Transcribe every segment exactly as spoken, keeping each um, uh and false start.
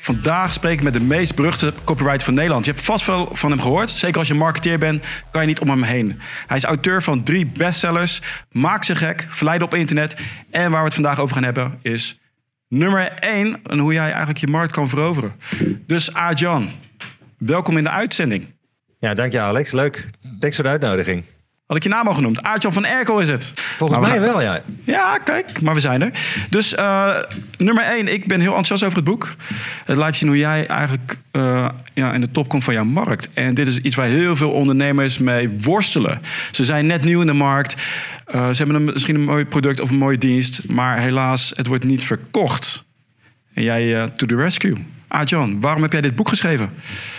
Vandaag spreek ik met de meest beruchte copywriter van Nederland. Je hebt vast veel van hem gehoord. Zeker als je marketeer bent, kan je niet om hem heen. Hij is auteur van drie bestsellers. Maak ze gek, verleiden op internet. En waar we het vandaag over gaan hebben is nummer één. En hoe jij eigenlijk je markt kan veroveren. Dus Aart-Jan, welkom in de uitzending. Ja, dank je Alex. Leuk. Thanks voor de uitnodiging. Had ik je naam al genoemd? Aart-Jan van Erkel is het. Volgens mij gaan... wel, ja. Ja, kijk, maar we zijn er. Dus uh, nummer één, ik ben heel enthousiast over het boek. Het laat zien hoe jij eigenlijk uh, ja, in de top komt van jouw markt. En dit is iets waar heel veel ondernemers mee worstelen. Ze zijn net nieuw in de markt. Uh, ze hebben een, misschien een mooi product of een mooie dienst. Maar helaas, het wordt niet verkocht. En jij uh, to the rescue. Aart-Jan, waarom heb jij dit boek geschreven?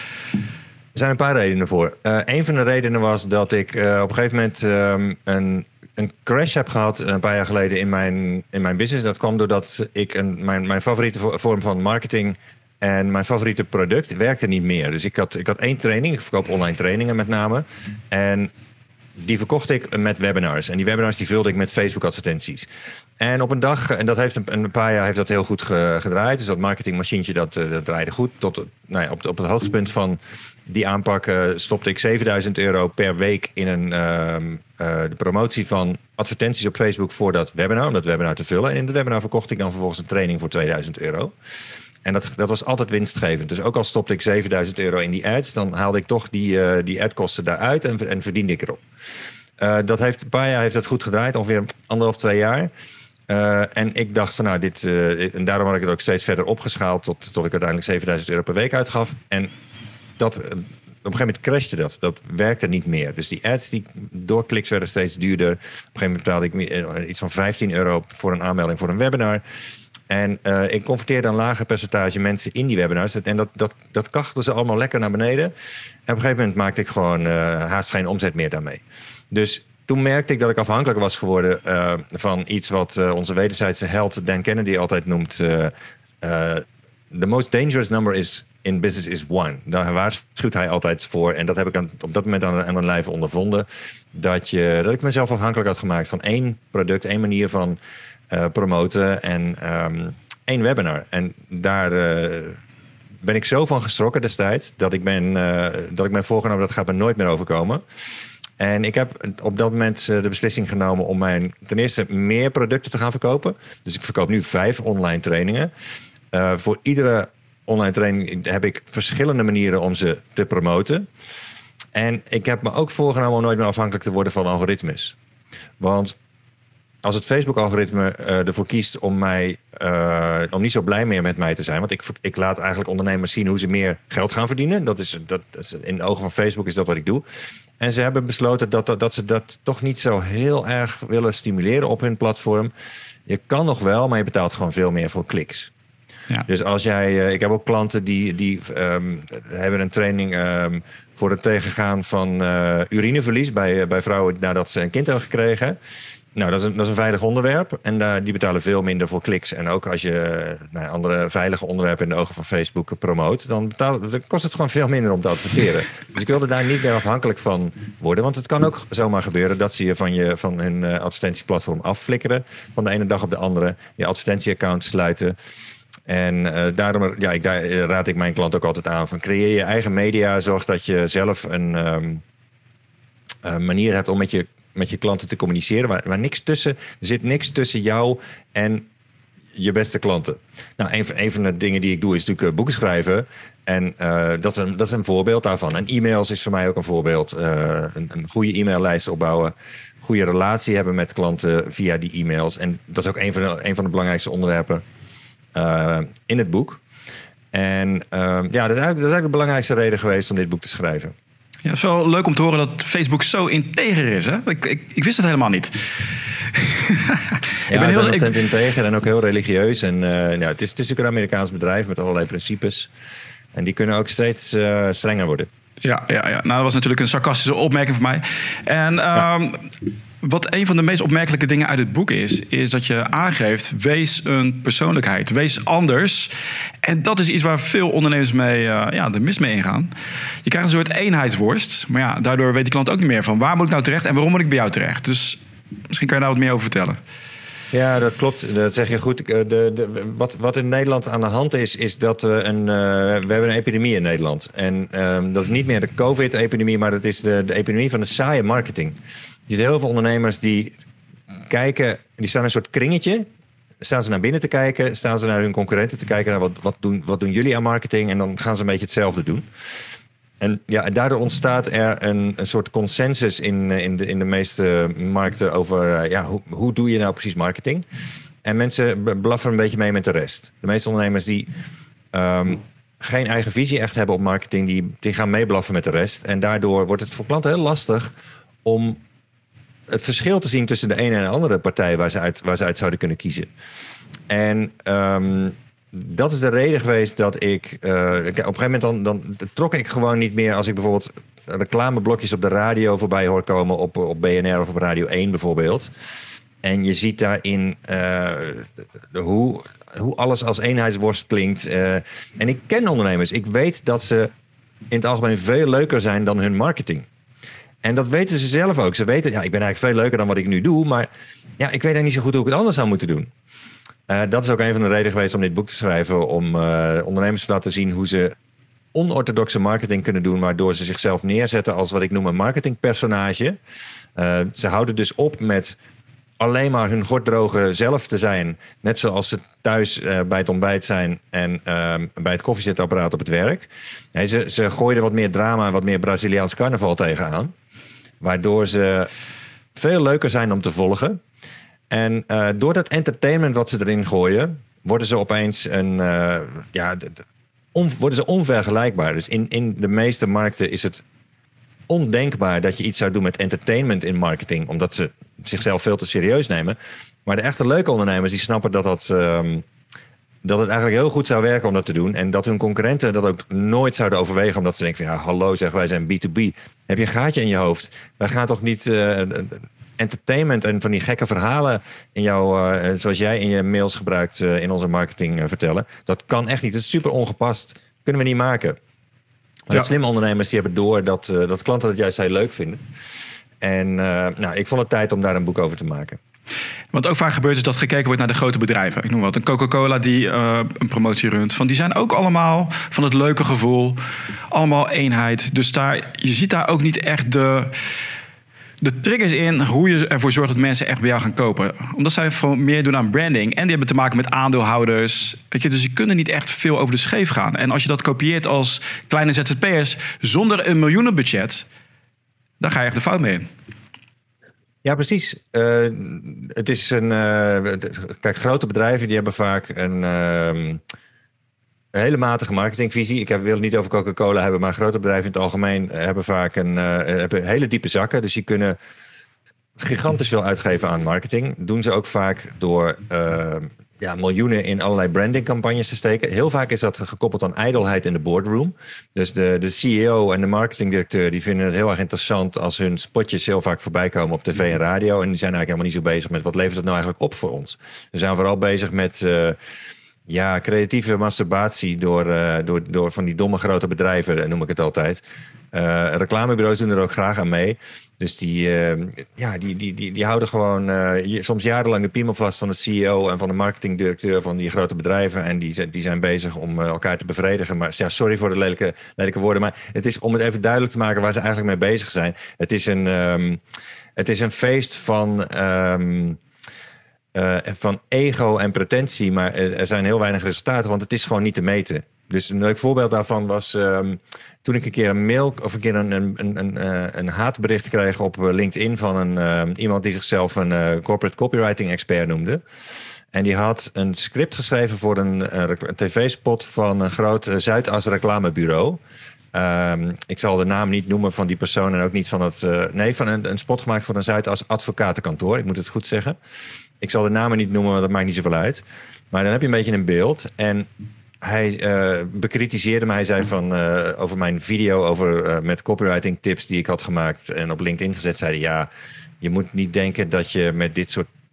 Er zijn een paar redenen voor. Uh, een van de redenen was dat ik uh, op een gegeven moment um, een, een crash heb gehad een paar jaar geleden in mijn, in mijn business. Dat kwam doordat ik een, mijn, mijn favoriete vorm van marketing en mijn favoriete product werkte niet meer. Dus ik had, ik had één training, ik verkoop online trainingen met name. En die verkocht ik met webinars. En die webinars die vulde ik met Facebook advertenties. En op een dag, en dat heeft een, een paar jaar heeft dat heel goed ge, gedraaid. Dus dat marketingmachientje dat, dat draaide goed. Tot, nou ja, op, op het hoogtepunt van die aanpak uh, stopte ik zevenduizend euro per week in een, uh, uh, de promotie van advertenties op Facebook voor dat webinar. Om dat webinar te vullen. En in het webinar verkocht ik dan vervolgens een training voor tweeduizend euro. En dat, dat was altijd winstgevend. Dus ook al stopte ik zevenduizend euro in die ads, dan haalde ik toch die, uh, die adkosten daaruit en, en verdiende ik erop. Uh, dat heeft, een paar jaar heeft dat goed gedraaid, ongeveer anderhalf, twee jaar. Uh, en ik dacht van nou, dit, uh, en daarom had ik het ook steeds verder opgeschaald tot, tot ik uiteindelijk zevenduizend euro per week uitgaf. En dat, uh, op een gegeven moment crashte dat. Dat werkte niet meer. Dus die ads, die doorkliks werden steeds duurder. Op een gegeven moment betaalde ik uh, iets van vijftien euro voor een aanmelding voor een webinar. En uh, ik converteerde een lager percentage mensen in die webinars. En dat, dat, dat kachelde ze allemaal lekker naar beneden. En op een gegeven moment maakte ik gewoon uh, haast geen omzet meer daarmee. Dus toen merkte ik dat ik afhankelijk was geworden uh, van iets wat uh, onze wederzijdse held Dan Kennedy altijd noemt. Uh, uh, the most dangerous number is in business is one. Daar waarschuwt hij altijd voor. En dat heb ik aan, op dat moment aan, aan een lijf ondervonden. Dat, je, dat ik mezelf afhankelijk had gemaakt van één product, één manier van uh, promoten en um, één webinar. En daar uh, ben ik zo van geschrokken destijds dat ik ben, uh, dat ik ben voorgenomen dat gaat me nooit meer overkomen. En ik heb op dat moment de beslissing genomen om mijn ten eerste meer producten te gaan verkopen. Dus ik verkoop nu vijf online trainingen. Uh, voor iedere online training heb ik verschillende manieren om ze te promoten. En ik heb me ook voorgenomen om nooit meer afhankelijk te worden van algoritmes. Want als het Facebook-algoritme uh, ervoor kiest om, mij, uh, om niet zo blij meer met mij te zijn. Want ik, ik laat eigenlijk ondernemers zien hoe ze meer geld gaan verdienen. Dat is, dat, dat is, in de ogen van Facebook is dat wat ik doe. En ze hebben besloten dat, dat, dat ze dat toch niet zo heel erg willen stimuleren op hun platform. Je kan nog wel, maar je betaalt gewoon veel meer voor kliks. Ja. Dus als jij, uh, ik heb ook klanten die, die um, hebben een training um, voor het tegengaan van uh, urineverlies bij, uh, bij vrouwen nadat ze een kind hebben gekregen. Nou, dat is een, dat is een veilig onderwerp en daar, die betalen veel minder voor kliks. En ook als je nou, andere veilige onderwerpen in de ogen van Facebook promoot, dan, betaal, dan kost het gewoon veel minder om te adverteren. Dus ik wilde daar niet meer afhankelijk van worden. Want het kan ook zomaar gebeuren dat ze je van, je, van hun uh, advertentieplatform afflikkeren. Van de ene dag op de andere. Je advertentieaccount sluiten. En uh, daarom ja, ik, daar raad ik mijn klant ook altijd aan van creëer je eigen media. Zorg dat je zelf een, um, een manier hebt om met je met je klanten te communiceren, waar, waar niks tussen, er zit niks tussen jou en je beste klanten. Nou, een van, een van de dingen die ik doe is natuurlijk boeken schrijven. En uh, dat, is een, dat is een voorbeeld daarvan. En e-mails is voor mij ook een voorbeeld. Uh, een, een goede e-maillijst opbouwen. Goede relatie hebben met klanten via die e-mails. En dat is ook een van de, een van de belangrijkste onderwerpen uh, in het boek. En uh, ja, dat is, eigenlijk, dat is eigenlijk de belangrijkste reden geweest om dit boek te schrijven. Ja, het is wel leuk om te horen dat Facebook zo integer is. Hè? Ik, ik, ik wist het helemaal niet. Ja, ik ben heel ontzettend ik... integer en ook heel religieus. En uh, ja, het, is, het is natuurlijk een Amerikaans bedrijf met allerlei principes. En die kunnen ook steeds uh, strenger worden. Ja, ja, ja, nou, dat was natuurlijk een sarcastische opmerking van mij. En ja. um, wat een van de meest opmerkelijke dingen uit het boek is, is dat je aangeeft, wees een persoonlijkheid, wees anders. En dat is iets waar veel ondernemers mee, uh, ja, de mis mee ingaan. Je krijgt een soort eenheidsworst, maar ja, daardoor weet die klant ook niet meer van waar moet ik nou terecht en waarom moet ik bij jou terecht. Dus misschien kan je daar wat meer over vertellen. Ja, dat klopt. Dat zeg je goed. De, de, wat, wat in Nederland aan de hand is, is dat we een, uh, we hebben een epidemie in Nederland. En um, dat is niet meer de COVID-epidemie, maar dat is de, de epidemie van de saaie marketing. Er zijn heel veel ondernemers die kijken, die staan in een soort kringetje. Staan ze naar binnen te kijken, staan ze naar hun concurrenten te kijken, naar wat, wat, doen, wat doen jullie aan marketing? En dan gaan ze een beetje hetzelfde doen. En ja, daardoor ontstaat er een, een soort consensus in, in, de, in de meeste markten over uh, ja, hoe, hoe doe je nou precies marketing. En mensen blaffen een beetje mee met de rest. De meeste ondernemers die um, geen eigen visie echt hebben op marketing, die, die gaan meeblaffen met de rest. En daardoor wordt het voor klanten heel lastig om het verschil te zien tussen de ene en de andere partij waar ze uit, waar ze uit zouden kunnen kiezen. En um, dat is de reden geweest dat ik... Uh, op een gegeven moment dan, dan trok ik gewoon niet meer... als ik bijvoorbeeld reclameblokjes op de radio voorbij hoor komen... op, op B N R of op Radio één bijvoorbeeld. En je ziet daarin uh, hoe, hoe alles als eenheidsworst klinkt. Uh, en ik ken ondernemers. Ik weet dat ze in het algemeen veel leuker zijn dan hun marketing. En dat weten ze zelf ook. Ze weten, ja, ik ben eigenlijk veel leuker dan wat ik nu doe... maar ja, ik weet eigenlijk niet zo goed hoe ik het anders zou moeten doen. Uh, dat is ook een van de redenen geweest om dit boek te schrijven... om uh, ondernemers te laten zien hoe ze onorthodoxe marketing kunnen doen... waardoor ze zichzelf neerzetten als wat ik noem een marketingpersonage. Uh, ze houden dus op met alleen maar hun gorddroge zelf te zijn... net zoals ze thuis uh, bij het ontbijt zijn... en uh, bij het koffiezetapparaat op het werk. Nee, ze, ze gooien er wat meer drama en wat meer Braziliaans carnaval tegenaan... waardoor ze veel leuker zijn om te volgen... En uh, door dat entertainment wat ze erin gooien, worden ze opeens een, uh, ja, de, de, on, worden ze onvergelijkbaar. Dus in, in de meeste markten is het ondenkbaar dat je iets zou doen met entertainment in marketing, omdat ze zichzelf veel te serieus nemen. Maar de echte leuke ondernemers die snappen dat, dat, um, dat het eigenlijk heel goed zou werken om dat te doen. En dat hun concurrenten dat ook nooit zouden overwegen, omdat ze denken van ja, hallo zeg, wij zijn B to B. Heb je een gaatje in je hoofd? Wij gaan toch niet... Uh, entertainment en van die gekke verhalen in jou, uh, zoals jij in je mails gebruikt uh, in onze marketing uh, vertellen. Dat kan echt niet. Dat is super ongepast. Kunnen we niet maken. Maar ja. Slimme ondernemers die hebben door dat, uh, dat klanten dat juist heel leuk vinden. En uh, nou, ik vond het tijd om daar een boek over te maken. Wat ook vaak gebeurt is dat gekeken wordt naar de grote bedrijven. Ik noem wat, een Coca-Cola die uh, een promotie runt. Van die zijn ook allemaal van het leuke gevoel. Allemaal eenheid. Dus daar, je ziet daar ook niet echt de... de triggers in hoe je ervoor zorgt dat mensen echt bij jou gaan kopen. Omdat zij gewoon meer doen aan branding. En die hebben te maken met aandeelhouders. Weet je, dus die kunnen niet echt veel over de scheef gaan. En als je dat kopieert als kleine Z Z P'ers zonder een miljoenenbudget, dan ga je echt de fout mee in. Ja, precies. Uh, het is een... Uh, kijk, grote bedrijven die hebben vaak een... Uh, Een hele matige marketingvisie. Ik heb, wil het niet over Coca-Cola hebben, maar grote bedrijven in het algemeen hebben vaak een, uh, hebben hele diepe zakken. Dus die kunnen gigantisch veel uitgeven aan marketing. Doen ze ook vaak door uh, ja, miljoenen in allerlei brandingcampagnes te steken. Heel vaak is dat gekoppeld aan ijdelheid in de boardroom. Dus de, de C E O en de marketingdirecteur die vinden het heel erg interessant als hun spotjes heel vaak voorbij komen op tv en radio. En die zijn eigenlijk helemaal niet zo bezig met wat levert het nou eigenlijk op voor ons. We zijn vooral bezig met... Uh, Ja, creatieve masturbatie door, uh, door, door van die domme grote bedrijven, noem ik het altijd. Uh, reclamebureaus doen er ook graag aan mee. Dus die, uh, ja, die, die, die, die houden gewoon uh, soms jarenlang de piemel vast van de C E O en van de marketingdirecteur van die grote bedrijven. En die, die zijn bezig om uh, elkaar te bevredigen. Maar ja, sorry voor de lelijke, lelijke woorden. Maar het is om het even duidelijk te maken waar ze eigenlijk mee bezig zijn. Het is een, um, het is een feest van... Um, Uh, van ego en pretentie, maar er zijn heel weinig resultaten, want het is gewoon niet te meten. Dus een leuk voorbeeld daarvan was um, toen ik een keer een mail of een keer een, een, een, een, een haatbericht kreeg op LinkedIn van een, uh, iemand die zichzelf een uh, corporate copywriting expert noemde. En die had een script geschreven voor een, een, een tv-spot van een groot uh, Zuidas reclamebureau. Um, ik zal de naam niet noemen van die persoon en ook niet van het... Uh, nee, van een, een spot gemaakt voor een Zuidas advocatenkantoor. Ik moet het goed zeggen. Ik zal de namen niet noemen, want dat maakt niet zoveel uit. Maar dan heb je een beetje een beeld. En hij uh, bekritiseerde me. Hij zei van uh, over mijn video over uh, met copywriting tips die ik had gemaakt en op LinkedIn gezet. Zeiden ja, je moet niet denken dat je met dit soort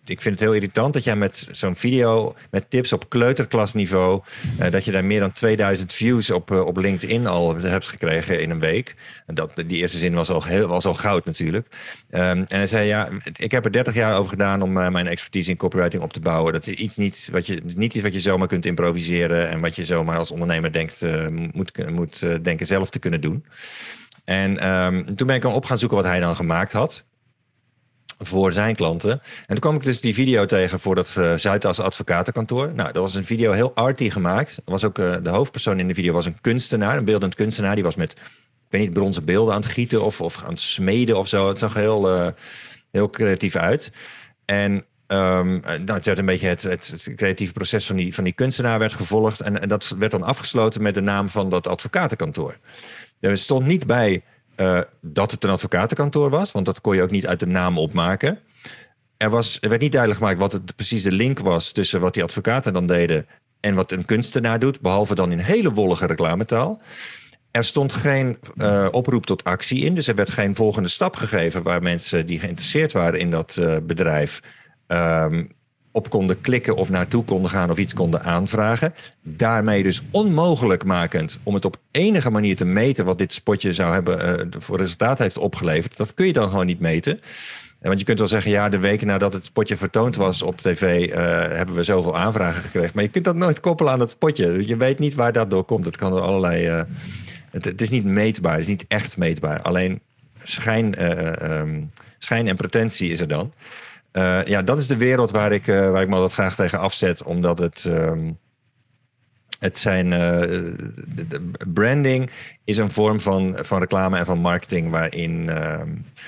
ik vind het heel irritant dat jij met zo'n video met tips op kleuterklasniveau, uh, dat je daar meer dan tweeduizend views op, uh, op LinkedIn al hebt gekregen in een week. En dat, die eerste zin was al, heel, was al goud natuurlijk. Um, en hij zei, ja, ik heb er dertig jaar over gedaan om uh, mijn expertise in copywriting op te bouwen. Dat is iets niet wat je, niet iets wat je zomaar kunt improviseren en wat je zomaar als ondernemer denkt, uh, moet, moet uh, denken zelf te kunnen doen. En um, toen ben ik dan op gaan zoeken wat hij dan gemaakt had voor zijn klanten. En toen kwam ik dus die video tegen voor dat uh, Zuidas advocatenkantoor. Nou, dat was een video heel arty gemaakt. Was ook, uh, de hoofdpersoon in de video was een kunstenaar, een beeldend kunstenaar. Die was met, ik weet niet, bronzen beelden aan het gieten of, of aan het smeden of zo. Het zag heel, uh, heel creatief uit. En um, nou, het werd een beetje het, het creatieve proces van die, van die kunstenaar werd gevolgd. En, en dat werd dan afgesloten met de naam van dat advocatenkantoor. Er stond niet bij uh, dat het een advocatenkantoor was, want dat kon je ook niet uit de naam opmaken. Er, was, er werd niet duidelijk gemaakt wat het precies de link was tussen wat die advocaten dan deden en wat een kunstenaar doet, behalve dan in hele wollige reclametaal. Er stond geen uh, oproep tot actie in, dus er werd geen volgende stap gegeven waar mensen die geïnteresseerd waren in dat uh, bedrijf um, op konden klikken of naartoe konden gaan of iets konden aanvragen. Daarmee dus onmogelijk makend om het op enige manier te meten wat dit spotje zou hebben, uh, voor resultaat heeft opgeleverd. Dat kun je dan gewoon niet meten. Want je kunt wel zeggen, ja, de weken nadat het spotje vertoond was op tv, uh, hebben we zoveel aanvragen gekregen. Maar je kunt dat nooit koppelen aan dat spotje. Je weet niet waar dat door komt. Het kan door allerlei. Uh, het, het is niet meetbaar, het is niet echt meetbaar. Alleen schijn, uh, um, schijn en pretentie is er dan. Uh, ja, dat is de wereld waar ik, uh, waar ik me altijd graag tegen afzet, omdat het. Um, Het zijn uh, de, de branding is een vorm van, van reclame en van marketing waarin uh,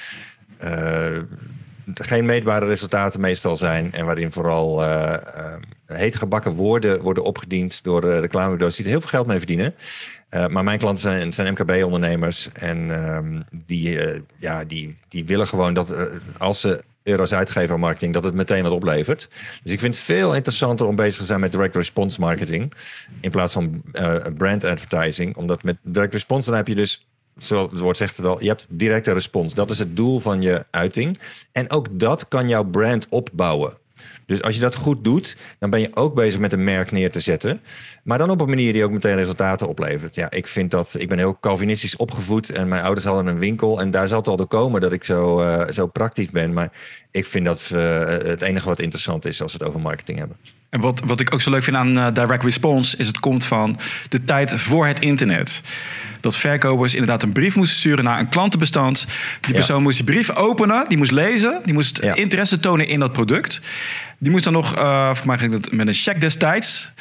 uh, geen meetbare resultaten meestal zijn en waarin vooral uh, uh, heet gebakken woorden worden opgediend door uh, reclamebureaus die er heel veel geld mee verdienen. Uh, maar mijn klanten zijn, zijn M K B-ondernemers en um, die, uh, ja, die, die willen gewoon dat uh, als ze euro's uitgeven aan marketing, dat het meteen wat oplevert. Dus ik vind het veel interessanter om bezig te zijn met direct response marketing in plaats van uh, brand advertising. Omdat met direct response dan heb je dus, zoals het woord zegt het al, je hebt directe respons. Dat is het doel van je uiting. En ook dat kan jouw brand opbouwen. Dus als je dat goed doet, dan ben je ook bezig met een merk neer te zetten. Maar dan op een manier die ook meteen resultaten oplevert. Ja, ik vind dat, ik ben heel Calvinistisch opgevoed en mijn ouders hadden een winkel. En daar zal het al door komen dat ik zo, uh, zo praktisch ben. Maar ik vind dat uh, het enige wat interessant is als we het over marketing hebben. En wat, wat ik ook zo leuk vind aan uh, direct response is het komt van de tijd voor het internet. Dat verkopers inderdaad een brief moesten sturen naar een klantenbestand. Die persoon ja. moest die brief openen, die moest lezen, die moest ja. interesse tonen in dat product. Die moest dan nog, uh, volgens mij ging dat met een check destijds,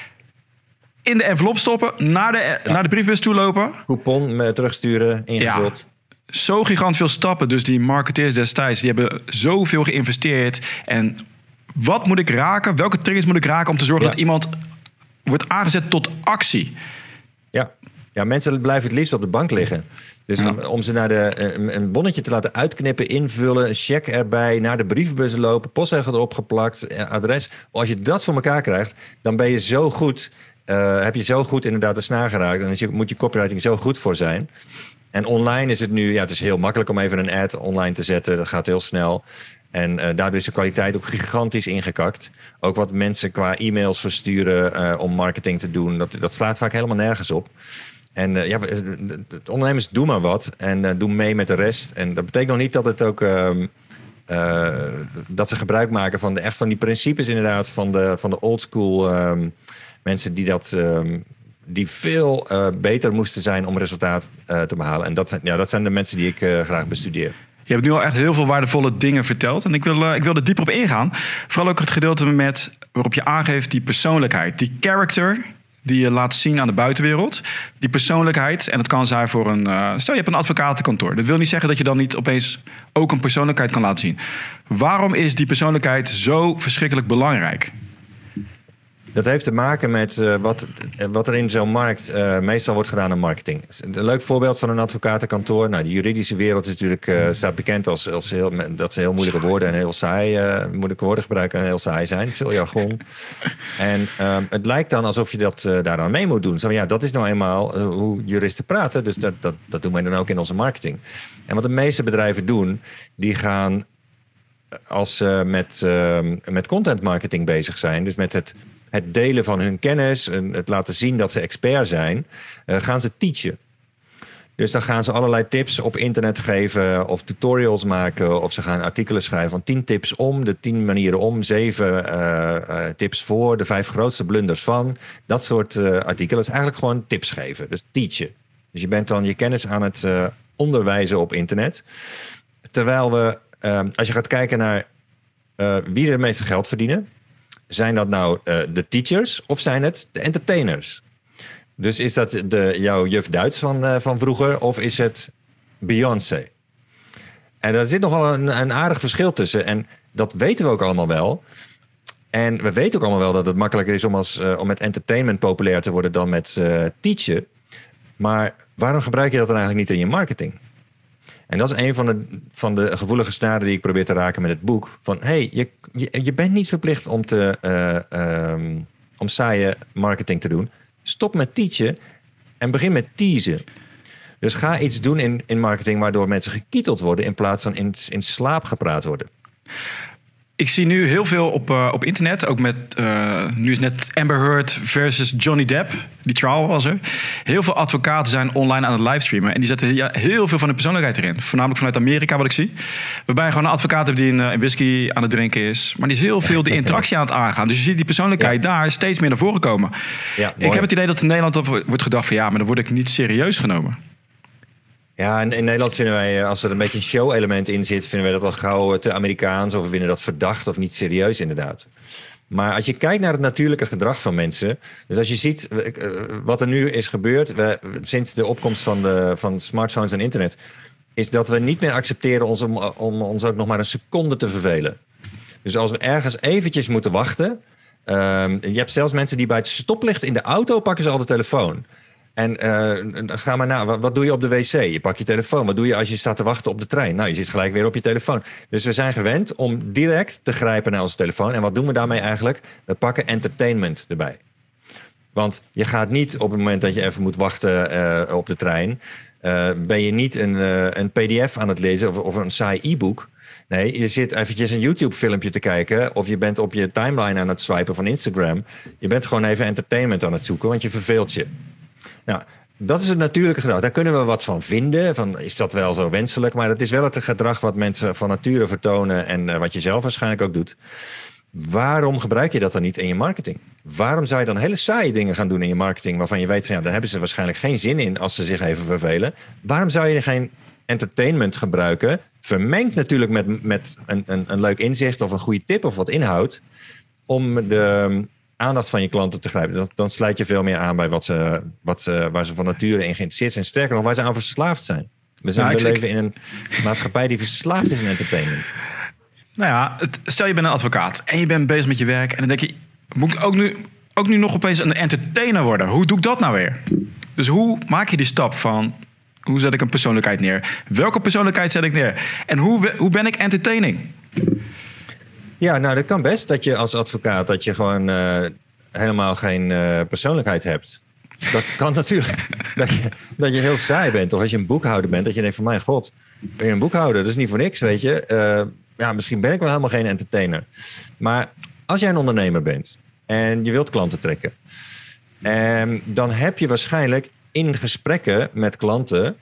in de envelop stoppen, naar de, ja. naar de briefbus toe lopen. Coupon uh, terugsturen, ingevuld. Ja. Zo gigant veel stappen. Dus die marketeers destijds, die hebben zoveel geïnvesteerd. En wat moet ik raken? Welke triggers moet ik raken om te zorgen ja. dat iemand wordt aangezet tot actie? Ja. ja, mensen blijven het liefst op de bank liggen. Dus ja. om, om ze naar de, een, een bonnetje te laten uitknippen, invullen, een cheque erbij, naar de brievenbus lopen, postzegel erop geplakt, adres. Als je dat voor elkaar krijgt, dan ben je zo goed, uh, heb je zo goed inderdaad de snaar geraakt. En dan moet je copywriting zo goed voor zijn. En online is het nu, ja, het is heel makkelijk om even een ad online te zetten. Dat gaat heel snel. En uh, daardoor is de kwaliteit ook gigantisch ingekakt. Ook wat mensen qua e-mails versturen uh, om marketing te doen, dat, dat slaat vaak helemaal nergens op. En uh, ja, de ondernemers doen maar wat en uh, doen mee met de rest. En dat betekent nog niet dat het ook um, uh, dat ze gebruik maken van de echt van die principes inderdaad van de van de old school um, mensen die dat um, die veel uh, beter moesten zijn om resultaat uh, te behalen. En dat zijn ja, dat zijn de mensen die ik uh, graag bestudeer. Je hebt nu al echt heel veel waardevolle dingen verteld. En ik wil, uh, ik wil er dieper op ingaan. Vooral ook het gedeelte met waarop je aangeeft die persoonlijkheid, die character die je laat zien aan de buitenwereld. Die persoonlijkheid, en dat kan zijn voor een... Uh, stel, je hebt een advocatenkantoor. Dat wil niet zeggen dat je dan niet opeens ook een persoonlijkheid kan laten zien. Waarom is die persoonlijkheid zo verschrikkelijk belangrijk? Dat heeft te maken met uh, wat, wat er in zo'n markt uh, meestal wordt gedaan aan marketing. Een leuk voorbeeld van een advocatenkantoor. Nou, de juridische wereld is natuurlijk, uh, staat bekend als, als heel, dat ze heel moeilijke woorden en heel saai, uh, moeilijke woorden gebruiken en heel saai zijn. Veel jargon. En uh, het lijkt dan alsof je dat uh, daaraan mee moet doen. Zo, ja, dat is nou eenmaal uh, hoe juristen praten. Dus dat, dat, dat doen wij dan ook in onze marketing. En wat de meeste bedrijven doen, die gaan als ze met, uh, met content marketing bezig zijn, dus met het, het delen van hun kennis, het laten zien dat ze expert zijn, uh, gaan ze teachen. Dus dan gaan ze allerlei tips op internet geven of tutorials maken, of ze gaan artikelen schrijven van tien tips om, de tien manieren om, zeven uh, uh, tips voor, de vijf grootste blunders van. Dat soort uh, artikelen. Dat is eigenlijk gewoon tips geven, dus teachen. Dus je bent dan je kennis aan het uh, onderwijzen op internet. Terwijl we, uh, als je gaat kijken naar uh, wie er het meeste geld verdienen, zijn dat nou uh, de teachers of zijn het de entertainers? Dus is dat de, jouw juf Duits van, uh, van vroeger of is het Beyoncé? En daar zit nogal een, een aardig verschil tussen. En dat weten we ook allemaal wel. En we weten ook allemaal wel dat het makkelijker is om, als, uh, om met entertainment populair te worden dan met uh, teachen. Maar waarom gebruik je dat dan eigenlijk niet in je marketing? En dat is een van de, van de gevoelige snaren die ik probeer te raken met het boek. Van, hey, je, je, je bent niet verplicht om, te, uh, um, om saaie marketing te doen. Stop met teachen en begin met teasen. Dus ga iets doen in, in marketing waardoor mensen gekieteld worden in plaats van in, in slaap gepraat worden. Ik zie nu heel veel op, uh, op internet, ook met, uh, nu is net Amber Heard versus Johnny Depp, die trial was er. Heel veel advocaten zijn online aan het livestreamen en die zetten ja, heel veel van hun persoonlijkheid erin. Voornamelijk vanuit Amerika, wat ik zie. Waarbij je gewoon een advocaat hebt die een, een whisky aan het drinken is, maar die is heel veel de interactie aan het aangaan. Dus je ziet die persoonlijkheid ja. daar steeds meer naar voren komen. Ja, ik heb het idee dat in Nederland wordt gedacht van ja, maar dan word ik niet serieus genomen. Ja, in, in Nederland vinden wij, als er een beetje een show-element in zit, vinden wij dat al gauw te Amerikaans of we vinden dat verdacht of niet serieus inderdaad. Maar als je kijkt naar het natuurlijke gedrag van mensen, dus als je ziet wat er nu is gebeurd, we, sinds de opkomst van, de, van smartphones en internet, is dat we niet meer accepteren ons om, om ons ook nog maar een seconde te vervelen. Dus als we ergens eventjes moeten wachten, um, je hebt zelfs mensen die bij het stoplicht in de auto pakken ze al de telefoon. En uh, ga maar na, wat, wat doe je op de wc? Je pakt je telefoon. Wat doe je als je staat te wachten op de trein? Nou, je zit gelijk weer op je telefoon. Dus we zijn gewend om direct te grijpen naar onze telefoon. En wat doen we daarmee eigenlijk? We pakken entertainment erbij. Want je gaat niet op het moment dat je even moet wachten uh, op de trein, Uh, ben je niet een, uh, een P D F aan het lezen of, of een saai e-book. Nee, je zit eventjes een YouTube-filmpje te kijken, of je bent op je timeline aan het swipen van Instagram. Je bent gewoon even entertainment aan het zoeken, want je verveelt je. Nou, dat is het natuurlijke gedrag. Daar kunnen we wat van vinden. Van, is dat wel zo wenselijk? Maar het is wel het gedrag wat mensen van nature vertonen en uh, wat je zelf waarschijnlijk ook doet. Waarom gebruik je dat dan niet in je marketing? Waarom zou je dan hele saaie dingen gaan doen in je marketing waarvan je weet van ja, daar hebben ze waarschijnlijk geen zin in als ze zich even vervelen? Waarom zou je geen entertainment gebruiken, vermengd natuurlijk met, met een, een, een leuk inzicht of een goede tip of wat inhoud, om de aandacht van je klanten te grijpen? Dan, dan sluit je veel meer aan bij wat ze, wat ze, waar ze van nature in geïnteresseerd zijn. Sterker nog, waar ze aan verslaafd zijn. We, zijn, nou, we leven in een maatschappij die verslaafd is in entertainment. Nou ja, stel je bent een advocaat en je bent bezig met je werk en dan denk je, moet ik ook nu, ook nu nog opeens een entertainer worden? Hoe doe ik dat nou weer? Dus hoe maak je die stap van, hoe zet ik een persoonlijkheid neer? Welke persoonlijkheid zet ik neer? En hoe, hoe ben ik entertaining? Ja, nou dat kan best dat je als advocaat, dat je gewoon uh, helemaal geen uh, persoonlijkheid hebt. Dat kan natuurlijk. dat, je, dat je heel saai bent. Of als je een boekhouder bent, dat je denkt van mijn god, ben je een boekhouder? Dat is niet voor niks, weet je. Uh, ja, misschien ben ik wel helemaal geen entertainer. Maar als jij een ondernemer bent en je wilt klanten trekken, um, dan heb je waarschijnlijk in gesprekken met klanten,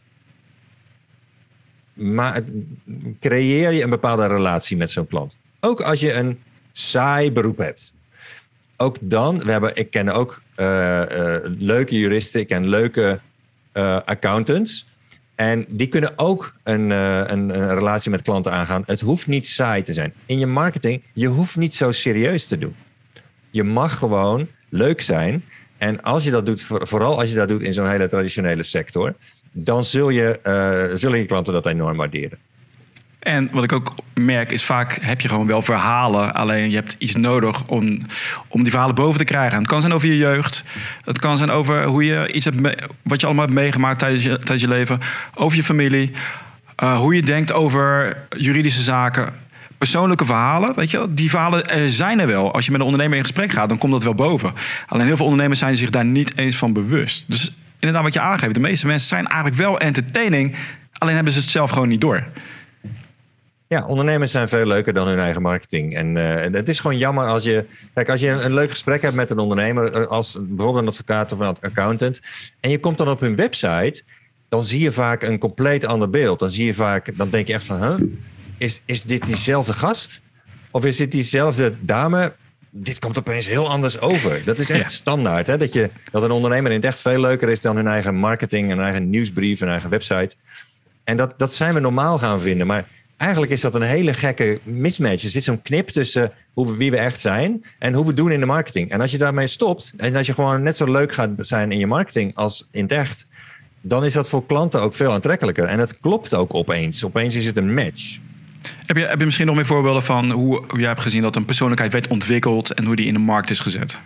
maar creëer je een bepaalde relatie met zo'n klant. Ook als je een saai beroep hebt. Ook dan, we hebben, ik ken ook uh, uh, leuke juristen, ik ken leuke uh, accountants. En die kunnen ook een, uh, een, een relatie met klanten aangaan. Het hoeft niet saai te zijn. In je marketing, je hoeft niet zo serieus te doen. Je mag gewoon leuk zijn. En als je dat doet, vooral als je dat doet in zo'n hele traditionele sector, dan zul je, uh, zullen je klanten dat enorm waarderen. En wat ik ook merk is vaak heb je gewoon wel verhalen. Alleen je hebt iets nodig om, om die verhalen boven te krijgen. Het kan zijn over je jeugd. Het kan zijn over hoe je iets hebt me, wat je allemaal hebt meegemaakt tijdens je, tijdens je leven. Over je familie. Uh, hoe je denkt over juridische zaken. Persoonlijke verhalen, weet je, die verhalen uh, zijn er wel. Als je met een ondernemer in gesprek gaat, dan komt dat wel boven. Alleen heel veel ondernemers zijn zich daar niet eens van bewust. Dus inderdaad wat je aangeeft. De meeste mensen zijn eigenlijk wel entertaining. Alleen hebben ze het zelf gewoon niet door. Ja, ondernemers zijn veel leuker dan hun eigen marketing. En uh, het is gewoon jammer als je... Kijk, als je een, een leuk gesprek hebt met een ondernemer... als bijvoorbeeld een advocaat of een accountant... en je komt dan op hun website... dan zie je vaak een compleet ander beeld. Dan zie je vaak... dan denk je echt van... Huh, is, is dit diezelfde gast? Of is dit diezelfde dame? Dit komt opeens heel anders over. Dat is echt ja. standaard. Hè? Dat, je, dat een ondernemer in het echt veel leuker is... dan hun eigen marketing, hun eigen nieuwsbrief... hun eigen website. En dat, dat zijn we normaal gaan vinden. Maar eigenlijk is dat een hele gekke mismatch. Er zit zo'n knip tussen hoe we, wie we echt zijn... en hoe we doen in de marketing. En als je daarmee stopt... en als je gewoon net zo leuk gaat zijn in je marketing... als in het echt... dan is dat voor klanten ook veel aantrekkelijker. En het klopt ook opeens. Opeens is het een match. Heb je, heb je misschien nog meer voorbeelden van hoe, hoe jij hebt gezien... dat een persoonlijkheid werd ontwikkeld... en hoe die in de markt is gezet?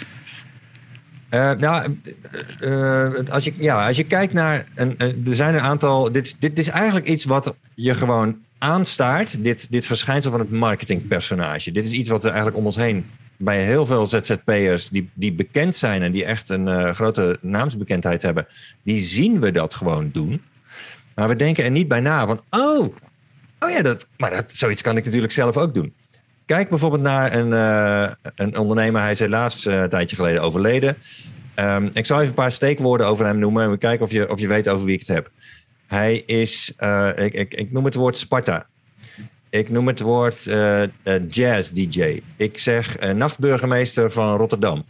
Uh, nou, uh, als, je, ja, als je kijkt naar... Een, uh, er zijn een aantal... Dit, dit is eigenlijk iets wat je gewoon aanstaart. Dit, dit verschijnsel van het marketingpersonage. Dit is iets wat er eigenlijk om ons heen... bij heel veel Z Z P'ers die, die bekend zijn... en die echt een uh, grote naamsbekendheid hebben... die zien we dat gewoon doen. Maar we denken er niet bij na van... oh, oh ja, dat, maar dat, zoiets kan ik natuurlijk zelf ook doen. Kijk bijvoorbeeld naar een, uh, een ondernemer. Hij is helaas uh, een tijdje geleden overleden. Um, ik zal even een paar steekwoorden over hem noemen. En we kijken of je, of je weet over wie ik het heb. Hij is, uh, ik, ik, ik noem het woord Sparta. Ik noem het woord uh, uh, jazz-D J. Ik zeg uh, nachtburgemeester van Rotterdam.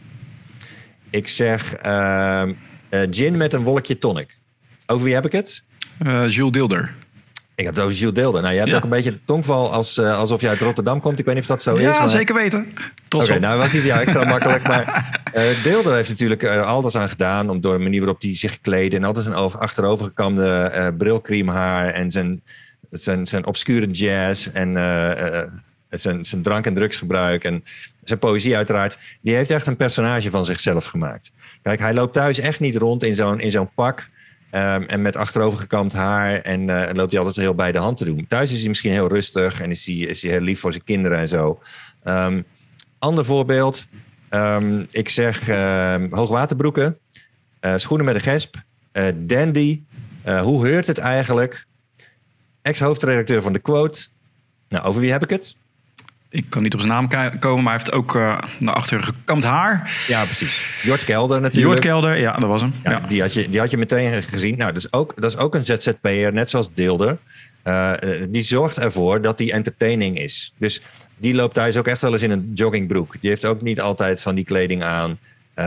Ik zeg uh, uh, gin met een wolkje tonic. Over wie heb ik het? Uh, Jules Deelder. Ik heb het over Jules Deelder. Nou, je hebt ja. ook een beetje de tongval als, uh, alsof je uit Rotterdam komt. Ik weet niet of dat zo ja, is. Ja, maar... zeker weten. Oké, okay, nou was hij voor jou extra makkelijk. Maar uh, Deelder heeft natuurlijk uh, alles aan gedaan... om door de manier waarop hij zich kleedde... en altijd zijn over, achterovergekamde uh, brilcreamhaar... en zijn, zijn, zijn obscure jazz... en uh, uh, zijn, zijn drank- en drugsgebruik... en zijn poëzie uiteraard... die heeft echt een personage van zichzelf gemaakt. Kijk, hij loopt thuis echt niet rond in zo'n, in zo'n pak... Um, en met achterovergekamd haar en uh, loopt hij altijd heel bij de hand te doen. Thuis is hij misschien heel rustig en is hij, is hij heel lief voor zijn kinderen en zo. Um, ander voorbeeld. Um, ik zeg uh, hoogwaterbroeken, uh, schoenen met een gesp, uh, dandy. Uh, hoe heurt het eigenlijk? Ex-hoofdredacteur van De Quote. Nou, over wie heb ik het? Ik kan niet op zijn naam komen, maar hij heeft ook uh, naar achter gekamd haar. Ja, precies. Jort Kelder natuurlijk. Jort Kelder, ja, dat was hem. Ja, ja. Die, had je, die had je meteen gezien. Nou, dat is ook, dat is ook een Z Z P'er, net zoals Deelder. Uh, die zorgt ervoor dat die entertaining is. Dus die loopt thuis ook echt wel eens in een joggingbroek. Die heeft ook niet altijd van die kleding aan.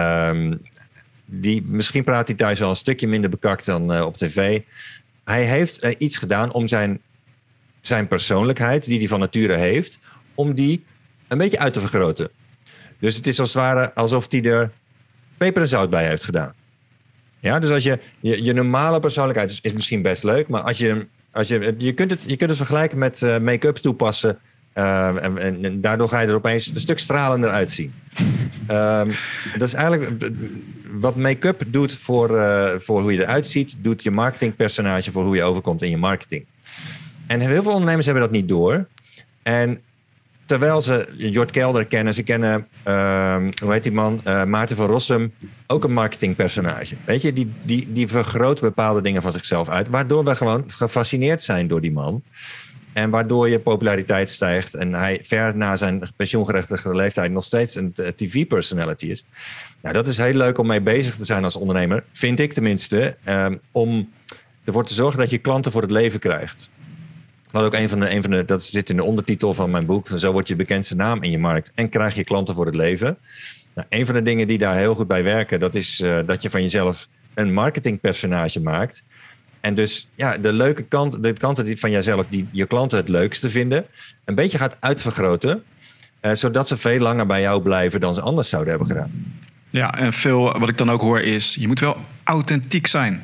Um, die, misschien praat hij thuis wel een stukje minder bekakt dan uh, op tv. Hij heeft uh, iets gedaan om zijn, zijn persoonlijkheid, die hij van nature heeft... om die een beetje uit te vergroten. Dus het is als het ware alsof hij er peper en zout bij heeft gedaan. Ja, dus als je, je, je normale persoonlijkheid is, is misschien best leuk... maar als je, als je, je, kunt, het, je kunt het vergelijken met uh, make-up toepassen... Uh, en, en, en daardoor ga je er opeens een stuk stralender uitzien. Uh, dat is eigenlijk wat make-up doet voor, uh, voor hoe je eruit ziet... doet je marketingpersonage voor hoe je overkomt in je marketing. En heel veel ondernemers hebben dat niet door... En terwijl ze Jort Kelder kennen, ze kennen, uh, hoe heet die man, uh, Maarten van Rossum, ook een marketingpersonage. Weet je, die, die, die vergroot bepaalde dingen van zichzelf uit, waardoor we gewoon gefascineerd zijn door die man. En waardoor je populariteit stijgt en hij ver na zijn pensioengerechtigde leeftijd nog steeds een T V-personality is. Nou, dat is heel leuk om mee bezig te zijn als ondernemer, vind ik tenminste, uh, om ervoor te zorgen dat je klanten voor het leven krijgt. Wat ook een van de, een van de, dat zit in de ondertitel van mijn boek. Van zo wordt je bekendste naam in je markt en krijg je klanten voor het leven. Nou, een van de dingen die daar heel goed bij werken, dat is uh, dat je van jezelf een marketingpersonage maakt. En dus ja, de leuke kant, de kanten van jezelf die je klanten het leukste vinden, een beetje gaat uitvergroten. Uh, zodat ze veel langer bij jou blijven dan ze anders zouden hebben gedaan. Ja, en veel wat ik dan ook hoor is, je moet wel authentiek zijn.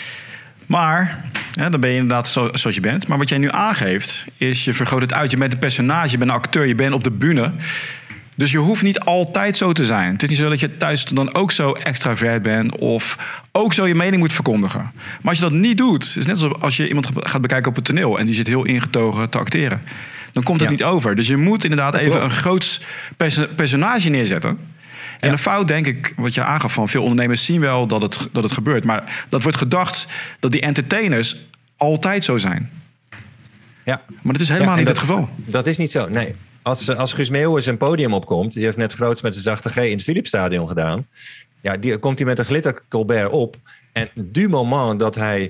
Maar ja, dan ben je inderdaad zo, zoals je bent. Maar wat jij nu aangeeft, is je vergroot het uit. Je bent een personage, je bent een acteur, je bent op de bühne. Dus je hoeft niet altijd zo te zijn. Het is niet zo dat je thuis dan ook zo extravert bent... of ook zo je mening moet verkondigen. Maar als je dat niet doet... het is net zoals als je iemand gaat bekijken op het toneel... en die zit heel ingetogen te acteren. Dan komt het ja. niet over. Dus je moet inderdaad even een groots perso- personage neerzetten... En ja. een fout, denk ik, wat je aangaf van veel ondernemers zien wel dat het, dat het gebeurt. Maar dat wordt gedacht dat die entertainers altijd zo zijn. Ja. Maar dat is helemaal ja, niet dat, het geval. Dat is niet zo, nee. Als, als Guus Meeuwis een podium opkomt... die heeft net groots met de zachte G in het Philipsstadion gedaan... ja, die komt hij met een glitter Colbert op... en du moment dat hij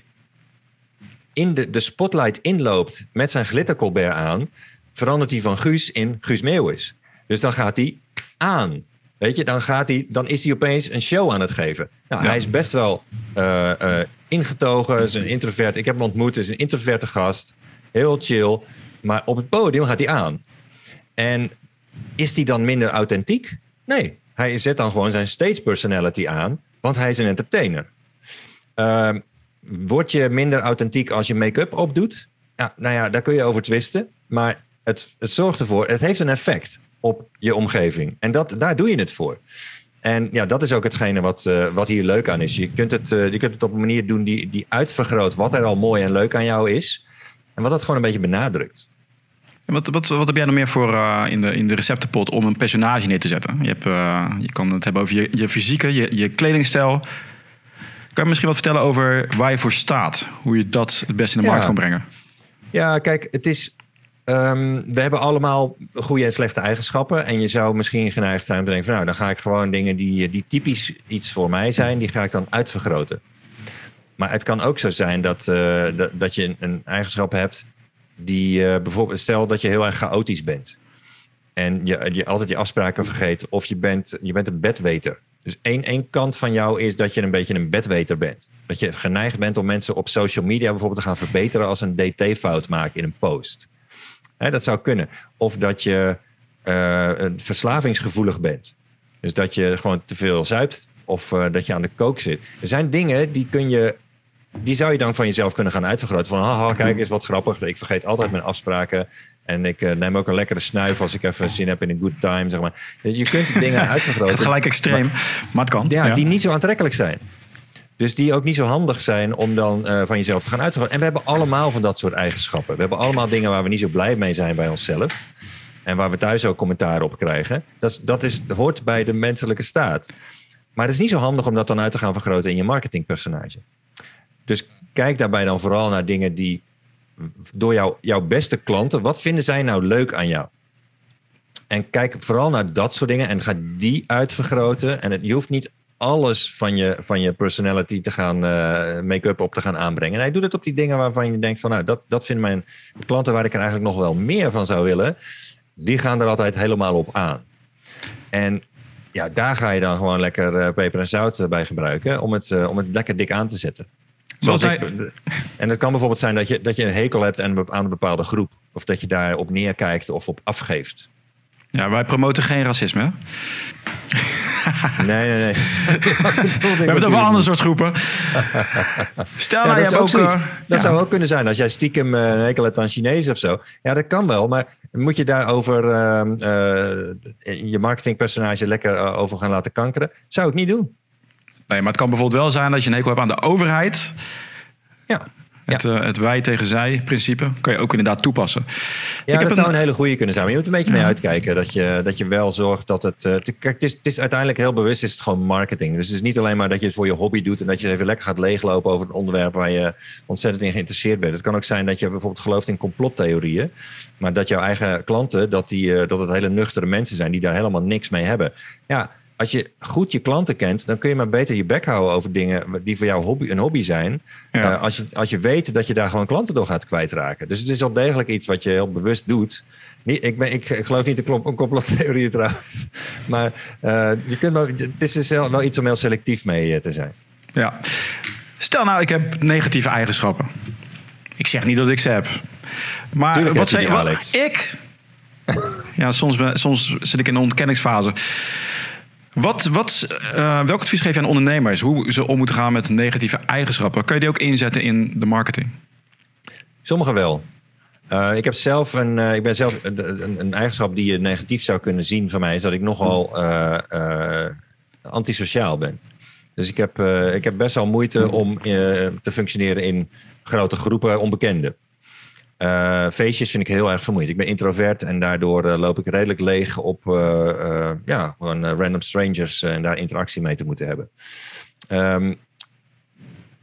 in de, de spotlight inloopt... met zijn glitter Colbert aan... verandert hij van Guus in Guus Meeuwis. Dus dan gaat hij aan... Weet je, dan, gaat hij, dan is hij opeens een show aan het geven. Nou, ja. Hij is best wel uh, uh, ingetogen, is een introvert. Ik heb hem ontmoet, is een introverte gast. Heel chill. Maar op het podium gaat hij aan. En is hij dan minder authentiek? Nee, hij zet dan gewoon zijn stage personality aan. Want hij is een entertainer. Uh, word je minder authentiek als je make-up opdoet? Ja, nou ja, daar kun je over twisten. Maar het, het zorgt ervoor, het heeft een effect op je omgeving. En dat, daar doe je het voor. En ja, dat is ook hetgene wat, uh, wat hier leuk aan is. Je kunt, het, uh, je kunt het op een manier doen die, die uitvergroot wat er al mooi en leuk aan jou is. En wat dat gewoon een beetje benadrukt. En wat, wat, wat heb jij nog meer voor uh, in, de, in de receptenpot om een personage neer te zetten? Je, hebt, uh, je kan het hebben over je, je fysieke, je, je kledingstijl. Kan je misschien wat vertellen over waar je voor staat? Hoe je dat het beste in de ja. markt kan brengen? Ja, kijk, het is... Um, we hebben allemaal goede en slechte eigenschappen. En je zou misschien geneigd zijn om te denken van... nou, dan ga ik gewoon dingen die, die typisch iets voor mij zijn... die ga ik dan uitvergroten. Maar het kan ook zo zijn dat, uh, dat, dat je een, een eigenschap hebt... die uh, bijvoorbeeld... stel dat je heel erg chaotisch bent. En je, je altijd je afspraken vergeet. Of je bent, je bent een bedweter. Dus één, één kant van jou is dat je een beetje een bedweter bent. Dat je geneigd bent om mensen op social media... bijvoorbeeld te gaan verbeteren als een D T-fout maken in een post... He, dat zou kunnen. Of dat je uh, verslavingsgevoelig bent. Dus dat je gewoon te veel zuipt. Of uh, dat je aan de kook zit. Er zijn dingen die kun je... Die zou je dan van jezelf kunnen gaan uitvergroten. Van haha, kijk eens wat grappig. Ik vergeet altijd mijn afspraken. En ik uh, neem ook een lekkere snuif als ik even zin heb in een good time. Zeg maar. Je kunt dingen uitvergroten. Het gelijk extreem, maar, maar het kan. Ja, ja, die niet zo aantrekkelijk zijn. Dus die ook niet zo handig zijn om dan uh, van jezelf te gaan uitvergroten. En we hebben allemaal van dat soort eigenschappen. We hebben allemaal dingen waar we niet zo blij mee zijn bij onszelf. En waar we thuis ook commentaar op krijgen. Dat, is, dat is, hoort bij de menselijke staat. Maar het is niet zo handig om dat dan uit te gaan vergroten in je marketingpersonage. Dus kijk daarbij dan vooral naar dingen die door jou, jouw beste klanten... wat vinden zij nou leuk aan jou? En kijk vooral naar dat soort dingen en ga die uitvergroten. En het, je hoeft niet... alles van je, van je personality te gaan uh, make-up op te gaan aanbrengen. En hij doet het op die dingen waarvan je denkt van... nou, dat, dat vinden mijn klanten waar ik er eigenlijk nog wel meer van zou willen... die gaan er altijd helemaal op aan. En ja, daar ga je dan gewoon lekker uh, peper en zout bij gebruiken... om het, uh, om het lekker dik aan te zetten. Zoals hij... ik, en het kan bijvoorbeeld zijn dat je, dat je een hekel hebt aan een bepaalde groep. Of dat je daar op neerkijkt of op afgeeft. Ja, wij promoten geen racisme, hè? Nee, nee, nee. We hebben het over een ander soort groepen. Stel ja, nou, je hebt ook... Zoiets, uh, dat ja. zou ook kunnen zijn. Als jij stiekem uh, een hekel hebt aan Chinezen of zo. Ja, dat kan wel. Maar moet je daarover uh, uh, je marketingpersonage lekker uh, over gaan laten kankeren? Zou ik niet doen. Nee, maar het kan bijvoorbeeld wel zijn dat je een hekel hebt aan de overheid. Ja. Het, ja. uh, het wij tegen zij principe kan je ook inderdaad toepassen. Ja, ik dat heb zou een... een hele goede kunnen zijn. Maar je moet een beetje ja. mee uitkijken. Dat je, dat je wel zorgt dat het... Uh, kijk, het is, het is uiteindelijk heel bewust is het gewoon marketing. Dus het is niet alleen maar dat je het voor je hobby doet... en dat je even lekker gaat leeglopen over een onderwerp... waar je ontzettend in geïnteresseerd bent. Het kan ook zijn dat je bijvoorbeeld gelooft in complottheorieën... maar dat jouw eigen klanten... dat, die, uh, dat het hele nuchtere mensen zijn... die daar helemaal niks mee hebben. Ja... Als je goed je klanten kent, dan kun je maar beter je bek houden over dingen die voor jou hobby, een hobby zijn. Ja. Uh, als, je, als je weet dat je daar gewoon klanten door gaat kwijtraken. Dus het is wel degelijk iets wat je heel bewust doet. Niet, ik, ben, ik, ik geloof niet in complottheorieën trouwens. Maar uh, je kunt wel, het is dus wel iets om heel selectief mee te zijn. Ja. Stel nou, ik heb negatieve eigenschappen. Ik zeg niet dat ik ze heb. Maar Tuurlijk wat zei Alex? Ik? Ja, soms, soms zit ik in een ontkenningsfase. Wat, wat, uh, welk advies geef je aan ondernemers? Hoe ze om moeten gaan met negatieve eigenschappen? Kun je die ook inzetten in de marketing? Sommigen wel. Uh, ik, heb zelf een, uh, ik ben zelf een, een, een eigenschap die je negatief zou kunnen zien van mij... is dat ik nogal uh, uh, antisociaal ben. Dus ik heb, uh, ik heb best wel moeite om uh, te functioneren in grote groepen onbekenden. Uh, feestjes vind ik heel erg vermoeiend. Ik ben introvert en daardoor uh, loop ik redelijk leeg op uh, uh, ja, gewoon uh, random strangers uh, en daar interactie mee te moeten hebben. Um,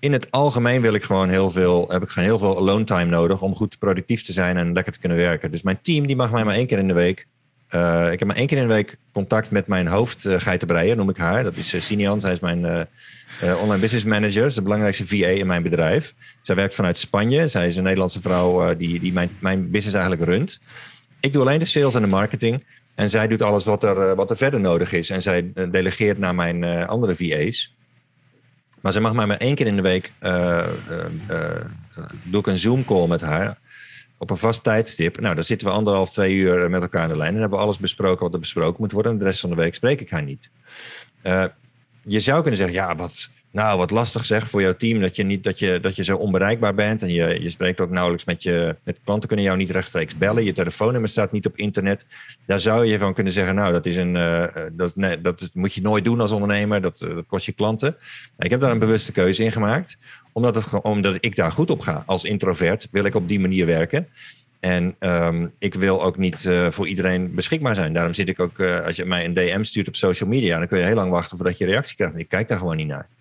in het algemeen wil ik gewoon heel veel, heb ik gewoon heel veel alone time nodig om goed productief te zijn en lekker te kunnen werken. Dus mijn team die mag mij maar één keer in de week. Uh, ik heb maar één keer in de week contact met mijn hoofdgeitenbreier, noem ik haar. Dat is uh, Sinian, zij is mijn uh, uh, online business manager. Dat is de belangrijkste V A in mijn bedrijf. Zij werkt vanuit Spanje. Zij is een Nederlandse vrouw uh, die, die mijn, mijn business eigenlijk runt. Ik doe alleen de sales en de marketing. En zij doet alles wat er, uh, wat er verder nodig is. En zij uh, delegeert naar mijn uh, andere V A's. Maar ze mag mij maar één keer in de week... Uh, uh, uh, doe ik een Zoom-call met haar... op een vast tijdstip. Nou, dan zitten we anderhalf, twee uur met elkaar aan de lijn. En dan hebben we alles besproken wat er besproken moet worden. En de rest van de week spreek ik haar niet. Uh, je zou kunnen zeggen, ja, wat, nou, wat lastig zeg voor jouw team. Dat je, niet, dat je, dat je zo onbereikbaar bent. En je, je spreekt ook nauwelijks met je... Met klanten kunnen jou niet rechtstreeks bellen. Je telefoonnummer staat niet op internet. Daar zou je van kunnen zeggen, nou, dat, is een, uh, dat, nee, dat moet je nooit doen als ondernemer. Dat, dat kost je klanten. Ik heb daar een bewuste keuze in gemaakt. Omdat, het, omdat ik daar goed op ga. Als introvert wil ik op die manier werken. En um, ik wil ook niet uh, voor iedereen beschikbaar zijn. Daarom zit ik ook, uh, als je mij een D M stuurt op social media... dan kun je heel lang wachten voordat je reactie krijgt. Ik kijk daar gewoon niet naar.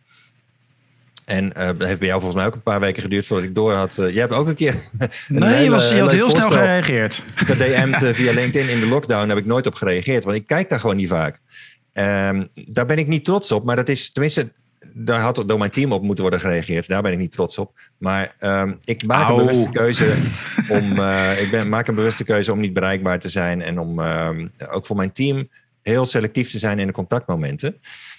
En uh, dat heeft bij jou volgens mij ook een paar weken geduurd voordat ik door had. Uh, jij hebt ook een keer... een nee, hele, je, was, je had heel snel gereageerd. GedM'd uh, via LinkedIn in de lockdown, heb ik nooit op gereageerd. Want ik kijk daar gewoon niet vaak. Um, daar ben ik niet trots op, maar dat is tenminste... Daar had door mijn team op moeten worden gereageerd. Daar ben ik niet trots op. Maar um, ik maak Au. een bewuste keuze om. Uh, ik ben, maak een bewuste keuze om niet bereikbaar te zijn. En om um, ook voor mijn team heel selectief te zijn in de contactmomenten.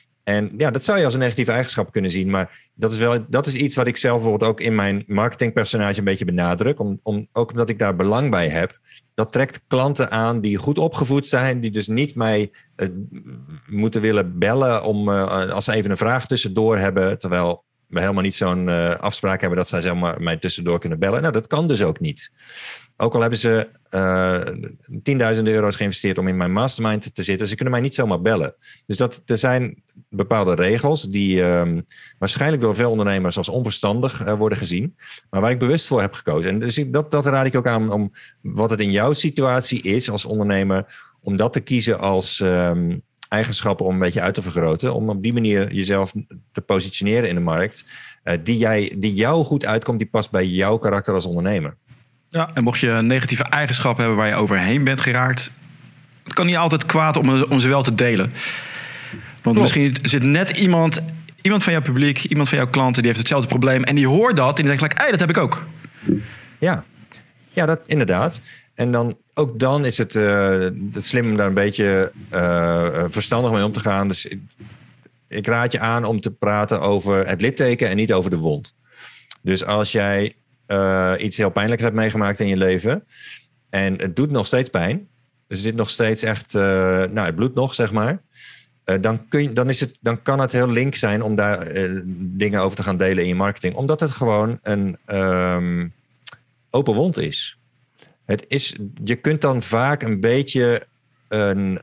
En ja, dat zou je als een negatieve eigenschap kunnen zien. Maar dat is wel dat is iets wat ik zelf bijvoorbeeld ook in mijn marketingpersonage een beetje benadruk. Om, om, ook omdat ik daar belang bij heb. Dat trekt klanten aan die goed opgevoed zijn. Die dus niet mij uh, moeten willen bellen om uh, als ze even een vraag tussendoor hebben. Terwijl we helemaal niet zo'n uh, afspraak hebben dat zij zeg maar, mij tussendoor kunnen bellen. Nou, dat kan dus ook niet. Ook al hebben ze uh, tienduizenden euro's geïnvesteerd om in mijn mastermind te zitten. Ze kunnen mij niet zomaar bellen. Dus dat, er zijn bepaalde regels die um, waarschijnlijk door veel ondernemers als onverstandig uh, worden gezien. Maar waar ik bewust voor heb gekozen. En dus ik, dat, dat raad ik ook aan om wat het in jouw situatie is als ondernemer. Om dat te kiezen als um, eigenschappen om een beetje uit te vergroten. Om op die manier jezelf te positioneren in de markt. Uh, die, jij, die jou goed uitkomt, die past bij jouw karakter als ondernemer. Ja, en mocht je een negatieve eigenschap hebben waar je overheen bent geraakt... het kan niet altijd kwaad om, om ze wel te delen. Want Klopt. misschien zit net iemand, iemand van jouw publiek, iemand van jouw klanten... die heeft hetzelfde probleem en die hoort dat en die denkt, hey, dat heb ik ook. Ja, ja dat, inderdaad. En dan, ook dan is het, uh, het slim om daar een beetje uh, verstandig mee om te gaan. Dus ik, ik raad je aan om te praten over het litteken en niet over de wond. Dus als jij... Uh, iets heel pijnlijks hebt meegemaakt in je leven. En het doet nog steeds pijn. Dus er zit nog steeds echt... Uh, nou, het bloedt nog, zeg maar. Uh, dan, kun je, dan, is het, dan kan het heel link zijn om daar uh, dingen over te gaan delen in je marketing. Omdat het gewoon een um, open wond is. Het is. Je kunt dan vaak een beetje een...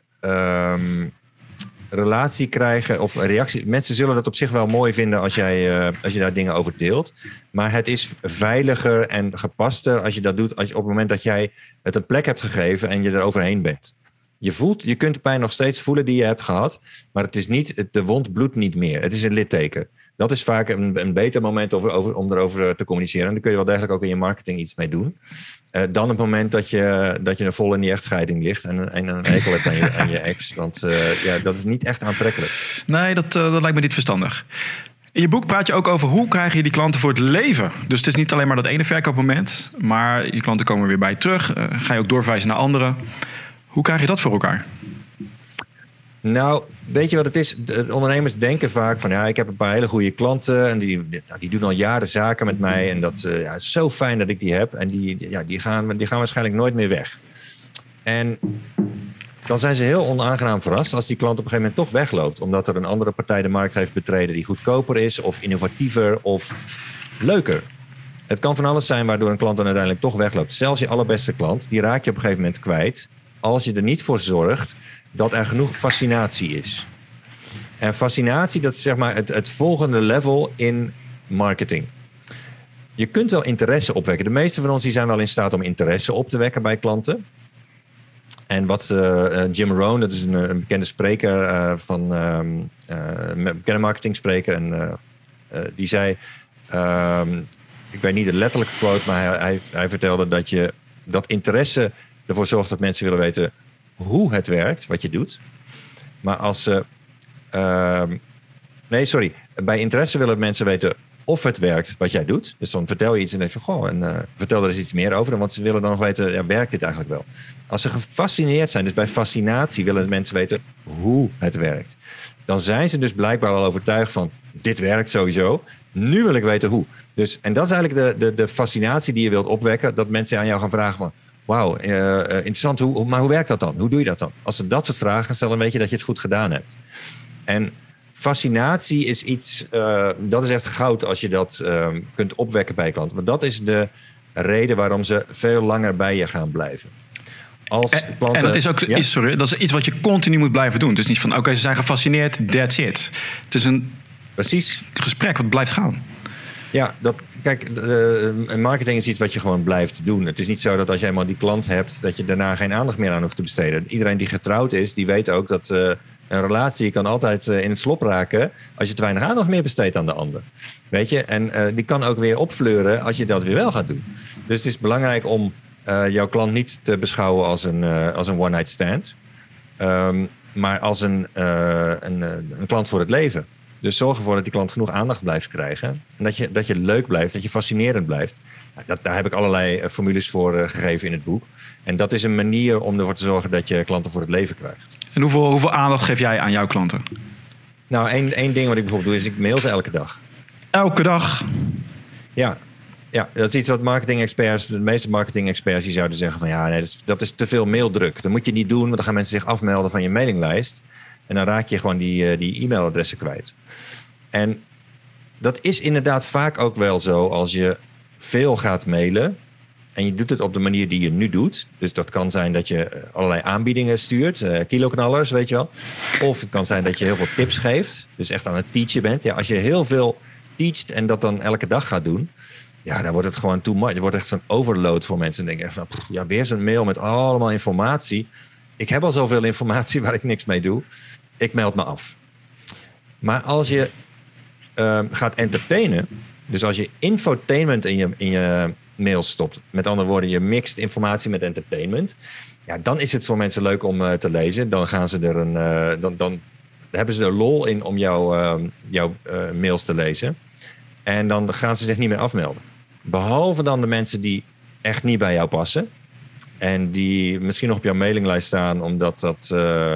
Um, relatie krijgen of een reactie. Mensen zullen dat op zich wel mooi vinden als, jij, uh, als je daar dingen over deelt. Maar het is veiliger en gepaster als je dat doet als je, op het moment dat jij het een plek hebt gegeven en je er overheen bent. Je voelt, je kunt de pijn nog steeds voelen die je hebt gehad, maar het is niet, de wond bloedt niet meer. Het is een litteken. Dat is vaak een, een beter moment over, over, om erover te communiceren. En daar kun je wel degelijk ook in je marketing iets mee doen. Uh, dan het moment dat je, dat je er vol in die echtscheiding ligt en, en een hekel hebt aan je, aan je ex. Want uh, ja, dat is niet echt aantrekkelijk. Nee, dat, uh, dat lijkt me niet verstandig. In je boek praat je ook over hoe krijg je die klanten voor het leven. Dus het is niet alleen maar dat ene verkoopmoment, maar je klanten komen weer bij je terug. Uh, ga je ook doorverwijzen naar anderen. Hoe krijg je dat voor elkaar? Nou, weet je wat het is? De ondernemers denken vaak van... ja, ik heb een paar hele goede klanten... en die, die doen al jaren zaken met mij... en dat uh, ja, is zo fijn dat ik die heb... en die, ja, die, gaan, die gaan waarschijnlijk nooit meer weg. En dan zijn ze heel onaangenaam verrast... als die klant op een gegeven moment toch wegloopt... omdat er een andere partij de markt heeft betreden... die goedkoper is of innovatiever of leuker. Het kan van alles zijn waardoor een klant dan uiteindelijk toch wegloopt. Zelfs je allerbeste klant, die raak je op een gegeven moment kwijt... als je er niet voor zorgt... dat er genoeg fascinatie is. En fascinatie, dat is zeg maar het, het volgende level in marketing. Je kunt wel interesse opwekken. De meeste van ons die zijn wel in staat om interesse op te wekken bij klanten. En wat uh, Jim Rohn, dat is een, een bekende spreker uh, van um, uh, een bekende marketingspreker, en uh, uh, die zei: Um, ik weet niet de letterlijke quote, maar hij, hij, hij vertelde dat je dat interesse ervoor zorgt dat mensen willen weten hoe het werkt, wat je doet. Maar als ze... Uh, nee, sorry. Bij interesse willen mensen weten of het werkt wat jij doet. Dus dan vertel je iets en dan denk je, goh, en uh, vertel er eens iets meer over. Want ze willen dan nog weten, ja, werkt dit eigenlijk wel? Als ze gefascineerd zijn, dus bij fascinatie willen mensen weten hoe het werkt. Dan zijn ze dus blijkbaar al overtuigd van, dit werkt sowieso. Nu wil ik weten hoe. Dus, en dat is eigenlijk de, de, de fascinatie die je wilt opwekken. Dat mensen aan jou gaan vragen van, wauw, uh, uh, interessant, hoe, maar hoe werkt dat dan? Hoe doe je dat dan? Als ze dat soort vragen gaan stellen, dan weet je dat je het goed gedaan hebt. En fascinatie is iets, uh, dat is echt goud als je dat uh, kunt opwekken bij klanten. Want dat is de reden waarom ze veel langer bij je gaan blijven. Als en, klanten, en dat is ook ja? iets, sorry, dat is iets wat je continu moet blijven doen. Het is niet van, oké, okay, ze zijn gefascineerd, that's it. Het is een Precies. gesprek wat blijft gaan. Ja, dat, kijk, uh, marketing is iets wat je gewoon blijft doen. Het is niet zo dat als je eenmaal die klant hebt, dat je daarna geen aandacht meer aan hoeft te besteden. Iedereen die getrouwd is, die weet ook dat uh, een relatie kan altijd uh, in het slop raken als je te weinig aandacht meer besteedt aan de ander. Weet je, en uh, die kan ook weer opfleuren als je dat weer wel gaat doen. Dus het is belangrijk om uh, jouw klant niet te beschouwen als een, uh, als een one-night stand, um, maar als een, uh, een, een klant voor het leven. Dus zorg ervoor dat die klant genoeg aandacht blijft krijgen. En dat je, dat je leuk blijft, dat je fascinerend blijft. Dat, daar heb ik allerlei uh, formules voor uh, gegeven in het boek. En dat is een manier om ervoor te zorgen dat je klanten voor het leven krijgt. En hoeveel, hoeveel aandacht geef jij aan jouw klanten? Nou, één, één ding wat ik bijvoorbeeld doe, is ik mail ze elke dag. Elke dag? Ja, ja, dat is iets wat marketing-experts, de meeste marketing-experts, die zouden zeggen van ja, nee, dat is, dat is te veel maildruk. Dat moet je niet doen, want dan gaan mensen zich afmelden van je mailinglijst. En dan raak je gewoon die, die e-mailadressen kwijt. En dat is inderdaad vaak ook wel zo als je veel gaat mailen. En je doet het op de manier die je nu doet. Dus dat kan zijn dat je allerlei aanbiedingen stuurt. Uh, kiloknallers, weet je wel. Of het kan zijn dat je heel veel tips geeft. Dus echt aan het teachen bent. Ja, als je heel veel teacht en dat dan elke dag gaat doen. Ja, dan wordt het gewoon too much. Het wordt echt zo'n overload voor mensen. En dan denk je van, ja, weer zo'n mail met allemaal informatie. Ik heb al zoveel informatie waar ik niks mee doe. Ik meld me af. Maar als je uh, gaat entertainen, dus als je infotainment in je, in je mails stopt, met andere woorden, je mixt informatie met entertainment, ja, dan is het voor mensen leuk om uh, te lezen. Dan gaan ze er een, uh, dan, dan hebben ze er lol in om jou, uh, jouw uh, mails te lezen. En dan gaan ze zich niet meer afmelden. Behalve dan de mensen die echt niet bij jou passen en die misschien nog op jouw mailinglijst staan, omdat dat Uh,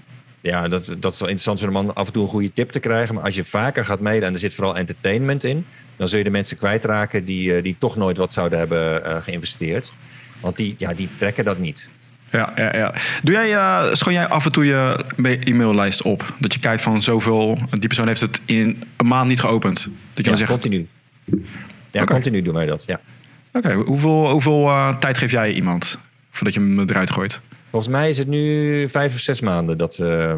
Ja, dat, dat is wel interessant voor om af en toe een goede tip te krijgen. Maar als je vaker gaat mailen en er zit vooral entertainment in, dan zul je de mensen kwijtraken die, die toch nooit wat zouden hebben uh, geïnvesteerd. Want die, ja, die trekken dat niet. Ja, ja, ja. Doe jij, uh, schoon jij af en toe je e-maillijst op? Dat je kijkt van zoveel, die persoon heeft het in een maand niet geopend. Dat je ja, dan zegt, continu. Ja, okay. continu doen wij dat, ja. Oké, okay. hoeveel, hoeveel uh, tijd geef jij iemand voordat je hem eruit gooit? Volgens mij is het nu vijf of zes maanden dat, uh,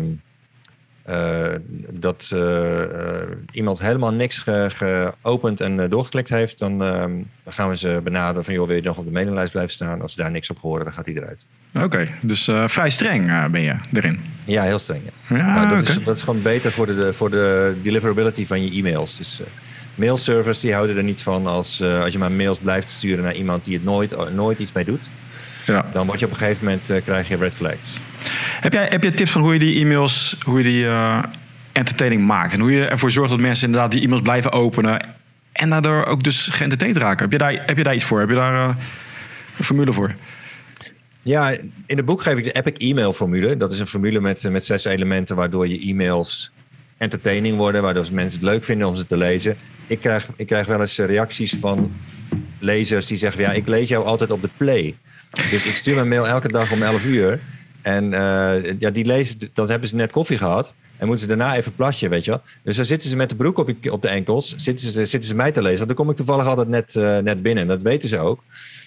uh, dat uh, uh, iemand helemaal niks ge, geopend en uh, doorgeklikt heeft. Dan, uh, dan gaan we ze benaderen van, joh, wil je nog op de mailinglijst blijven staan? Als ze daar niks op horen, dan gaat hij eruit. Oké, okay, dus uh, vrij streng uh, ben je erin? Ja, heel streng. Ja. Ja, nou, dat, okay. is, dat is gewoon beter voor de, voor de deliverability van je e-mails. Dus uh, mailservers die houden er niet van als, uh, als je maar mails blijft sturen naar iemand die het nooit, uh, nooit iets mee doet. Ja. Dan word je op een gegeven moment uh, krijg je red flags. Heb jij, heb je tips van hoe je die e-mails, hoe je die uh, entertaining maakt? En hoe je ervoor zorgt dat mensen inderdaad die e-mails blijven openen en daardoor ook dus geëntertained raken? Heb je daar, heb je daar iets voor? Heb je daar uh, een formule voor? Ja, in het boek geef ik de Epic e-mail formule. Dat is een formule met, met zes elementen waardoor je e-mails entertaining worden, waardoor mensen het leuk vinden om ze te lezen. Ik krijg, ik krijg wel eens reacties van lezers die zeggen, ja, ik lees jou altijd op de play. Dus ik stuur mijn mail elke dag om elf uur. En uh, ja, die lezen, dat hebben ze net koffie gehad. En moeten ze daarna even plasje, weet je wel. Dus dan zitten ze met de broek op, op de enkels. Zitten ze, zitten ze mij te lezen. Want dan kom ik toevallig altijd net, uh, net binnen. Dat weten ze ook.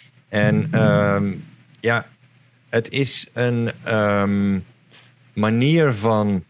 En um, ja, het is een um, manier van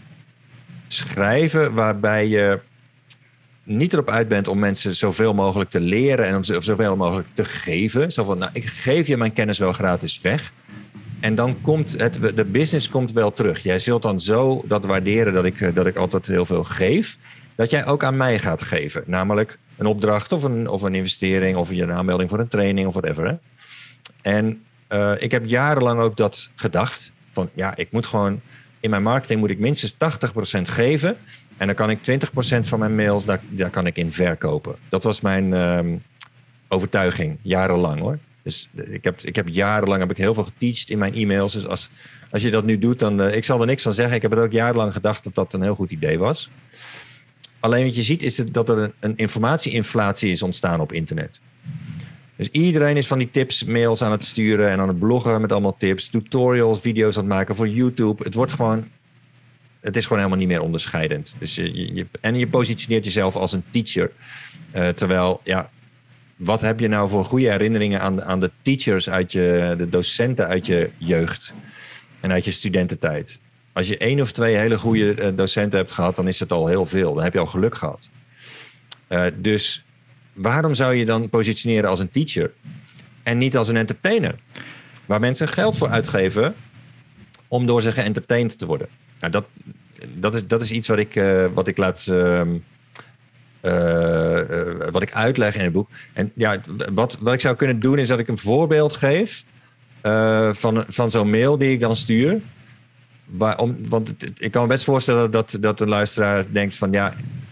schrijven waarbij je niet erop uit bent om mensen zoveel mogelijk te leren en om ze zoveel mogelijk te geven. Zo van, nou, ik geef je mijn kennis wel gratis weg. En dan komt het, de business komt wel terug. Jij zult dan zo dat waarderen dat ik, dat ik altijd heel veel geef, dat jij ook aan mij gaat geven. Namelijk een opdracht of een, of een investering of je een aanmelding voor een training of whatever. Hè? En uh, ik heb jarenlang ook dat gedacht. Van ja, ik moet gewoon in mijn marketing moet ik minstens tachtig procent geven. En dan kan ik twintig procent van mijn mails, daar, daar kan ik in verkopen. Dat was mijn um, overtuiging, jarenlang hoor. Dus ik heb, ik heb jarenlang heb ik heel veel geteacht in mijn e-mails. Dus als, als je dat nu doet, dan... Uh, ik zal er niks van zeggen. Ik heb er ook jarenlang gedacht dat dat een heel goed idee was. Alleen wat je ziet is dat er een, een informatieinflatie is ontstaan op internet. Dus iedereen is van die tips, mails aan het sturen en aan het bloggen met allemaal tips. Tutorials, video's aan het maken voor YouTube. Het wordt gewoon... Het is gewoon helemaal niet meer onderscheidend. Dus je, je, en je positioneert jezelf als een teacher. Uh, terwijl, ja... Wat heb je nou voor goede herinneringen aan, aan de teachers uit je, de docenten uit je jeugd en uit je studententijd? Als je één of twee hele goede docenten hebt gehad, dan is het al heel veel. Dan heb je al geluk gehad. Uh, dus waarom zou je dan positioneren als een teacher en niet als een entertainer? Waar mensen geld voor uitgeven om door ze geëntertained te worden. Nou, dat, dat, is, dat is iets wat ik, uh, wat ik laat... Uh, Uh, uh, wat ik uitleg in het boek. En ja, wat, wat ik zou kunnen doen is dat ik een voorbeeld geef uh, van, van zo'n mail die ik dan stuur. Waar, om, want het, ik kan me best voorstellen dat, dat de luisteraar denkt van ja,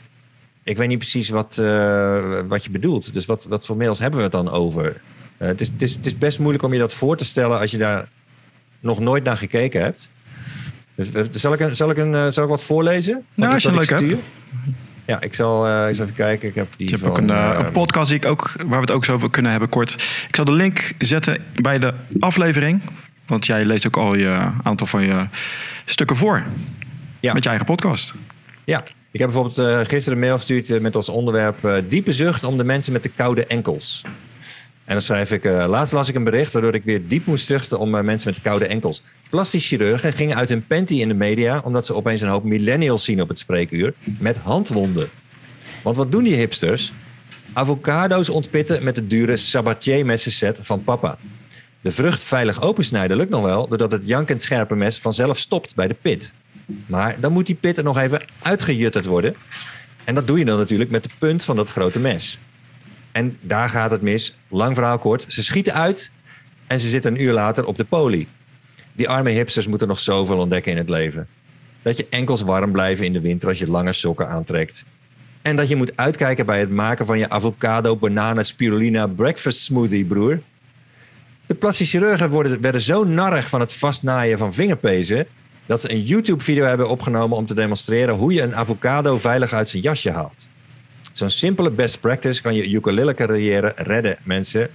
ik weet niet precies wat, uh, wat je bedoelt. Dus wat, wat voor mails hebben we het dan over? Uh, het, is, het, is, het is best moeilijk om je dat voor te stellen als je daar nog nooit naar gekeken hebt. Dus, uh, zal, ik een, zal, ik een, uh, zal ik wat voorlezen? Nou, als je leuk hebt. Ja, ik zal, uh, ik zal even kijken. Ik heb die ik heb van, ook een, uh, uh, een podcast die ik ook, waar we het ook zo over kunnen hebben kort. Ik zal de link zetten bij de aflevering. Want jij leest ook al je aantal van je stukken voor. Ja. Met je eigen podcast. Ja, ik heb bijvoorbeeld uh, gisteren een mail gestuurd uh, met als onderwerp... Uh, diepe zucht om de mensen met de koude enkels. En dan schrijf ik... Uh, laatst las ik een bericht waardoor ik weer diep moest zuchten om uh, mensen met de koude enkels. Plastisch chirurgen gingen uit hun panty in de media... omdat ze opeens een hoop millennials zien op het spreekuur... met handwonden. Want wat doen die hipsters? Avocado's ontpitten met de dure Sabatier messenset van papa. De vrucht veilig opensnijden lukt nog wel... doordat het jankend scherpe mes vanzelf stopt bij de pit. Maar dan moet die pit er nog even uitgejutterd worden. En dat doe je dan natuurlijk met de punt van dat grote mes. En daar gaat het mis. Lang verhaal kort. Ze schieten uit en ze zitten een uur later op de poli. Die arme hipsters moeten nog zoveel ontdekken in het leven. Dat je enkels warm blijven in de winter als je lange sokken aantrekt. En dat je moet uitkijken bij het maken van je avocado, bananen, spirulina breakfast smoothie, broer. De plastische chirurgen worden, werden zo narrig van het vastnaaien van vingerpezen... dat ze een YouTube-video hebben opgenomen om te demonstreren hoe je een avocado veilig uit zijn jasje haalt. Zo'n simpele best practice kan je ukulele carrière redden, mensen.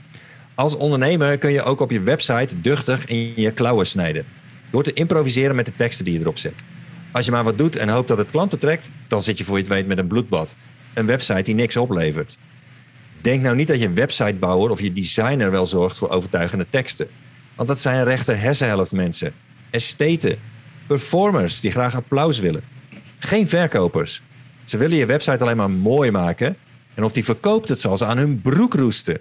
Als ondernemer kun je ook op je website duchtig in je klauwen snijden. Door te improviseren met de teksten die je erop zet. Als je maar wat doet en hoopt dat het klanten trekt, dan zit je voor je het weet met een bloedbad. Een website die niks oplevert. Denk nou niet dat je websitebouwer of je designer wel zorgt voor overtuigende teksten. Want dat zijn rechte hersenhelft mensen. Estheten. Performers die graag applaus willen. Geen verkopers. Ze willen je website alleen maar mooi maken. En of die verkoopt, het zal ze aan hun broek roesten.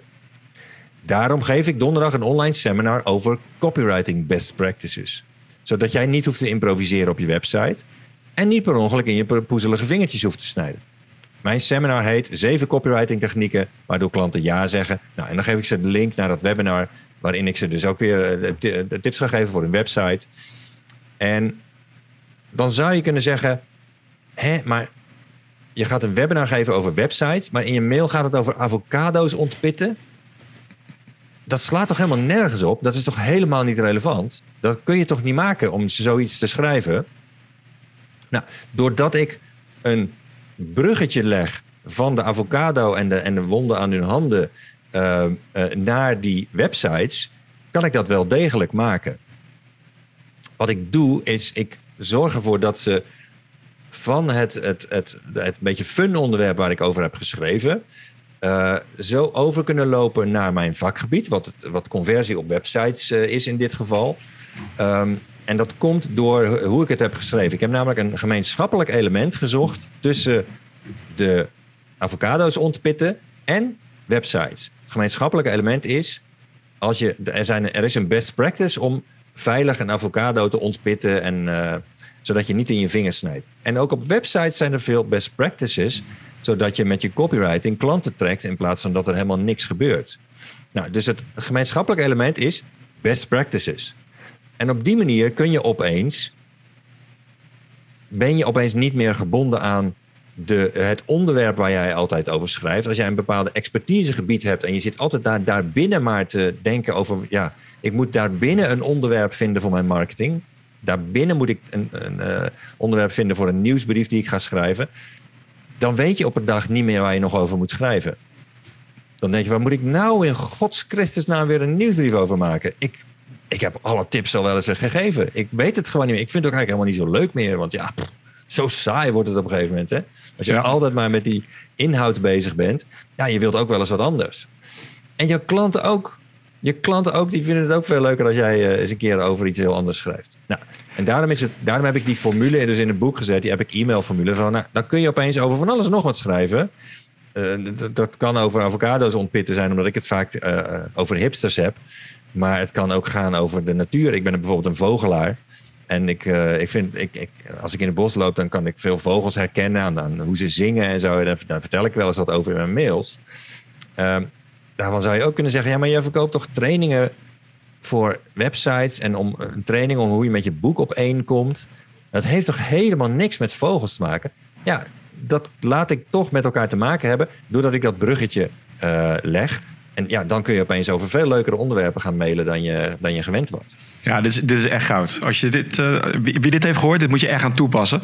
Daarom geef ik donderdag een online seminar over copywriting best practices. Zodat jij niet hoeft te improviseren op je website. En niet per ongeluk in je poezelige vingertjes hoeft te snijden. Mijn seminar heet zeven copywriting technieken waardoor klanten ja zeggen. Nou, en dan geef ik ze de link naar dat webinar. Waarin ik ze dus ook weer de tips ga geven voor hun website. En dan zou je kunnen zeggen... Hé, maar je gaat een webinar geven over websites... maar in je mail gaat het over avocado's ontpitten. Dat slaat toch helemaal nergens op? Dat is toch helemaal niet relevant? Dat kun je toch niet maken om zoiets te schrijven? Nou, doordat ik een bruggetje leg van de avocado en de, en de wonden aan hun handen... Uh, uh, naar die websites, kan ik dat wel degelijk maken. Wat ik doe, is ik zorg ervoor dat ze van het, het, het, het beetje fun onderwerp waar ik over heb geschreven, uh, zo over kunnen lopen naar mijn vakgebied, wat, het, wat conversie op websites uh, is in dit geval. Um, en dat komt door hoe ik het heb geschreven. Ik heb namelijk een gemeenschappelijk element gezocht tussen de avocado's ontpitten en websites. Het gemeenschappelijke element is, als je, er, zijn, er is een best practice om veilig een avocado te ontpitten, en, uh, zodat je niet in je vingers snijdt. En ook op websites zijn er veel best practices zodat je met je copywriting klanten trekt in plaats van dat er helemaal niks gebeurt. Nou, dus het gemeenschappelijk element is best practices. En op die manier kun je opeens, ben je opeens niet meer gebonden aan de, het onderwerp waar jij altijd over schrijft. Als jij een bepaalde expertisegebied hebt en je zit altijd daar, daarbinnen maar te denken over, ja, ik moet daarbinnen een onderwerp vinden voor mijn marketing. Daarbinnen moet ik een, een uh, onderwerp vinden voor een nieuwsbrief die ik ga schrijven. Dan weet je op een dag niet meer waar je nog over moet schrijven. Dan denk je, waar moet ik nou in Gods Christus naam weer een nieuwsbrief over maken? Ik, ik heb alle tips al wel eens gegeven. Ik weet het gewoon niet meer. Ik vind het ook eigenlijk helemaal niet zo leuk meer. Want ja, pff, zo saai wordt het op een gegeven moment. Hè? Als je ja. altijd maar met die inhoud bezig bent. Ja, je wilt ook wel eens wat anders. En je klanten ook. Je klanten ook, die vinden het ook veel leuker als jij uh, eens een keer over iets heel anders schrijft. Nou, en daarom, is het, daarom heb ik die formule dus in het boek gezet. Die heb ik e-mailformule. Van, nou, dan kun je opeens over van alles nog wat schrijven. Uh, dat, dat kan over avocado's ontpitten zijn, omdat ik het vaak uh, over hipsters heb. Maar het kan ook gaan over de natuur. Ik ben bijvoorbeeld een vogelaar. En ik, uh, ik vind, ik, ik, als ik in het bos loop, dan kan ik veel vogels herkennen aan, aan hoe ze zingen en zo. Daar, daar vertel ik wel eens wat over in mijn mails. Uh, daarvan zou je ook kunnen zeggen, ja, maar je verkoopt toch trainingen voor websites en om een training om hoe je met je boek op één komt. Dat heeft toch helemaal niks met vogels te maken? Ja, dat laat ik toch met elkaar te maken hebben, doordat ik dat bruggetje uh, leg. En ja, dan kun je opeens over veel leukere onderwerpen gaan mailen dan je, dan je gewend was. Ja, dit is, dit is echt goud. Als je dit, uh, wie, wie dit heeft gehoord, dit moet je echt gaan toepassen.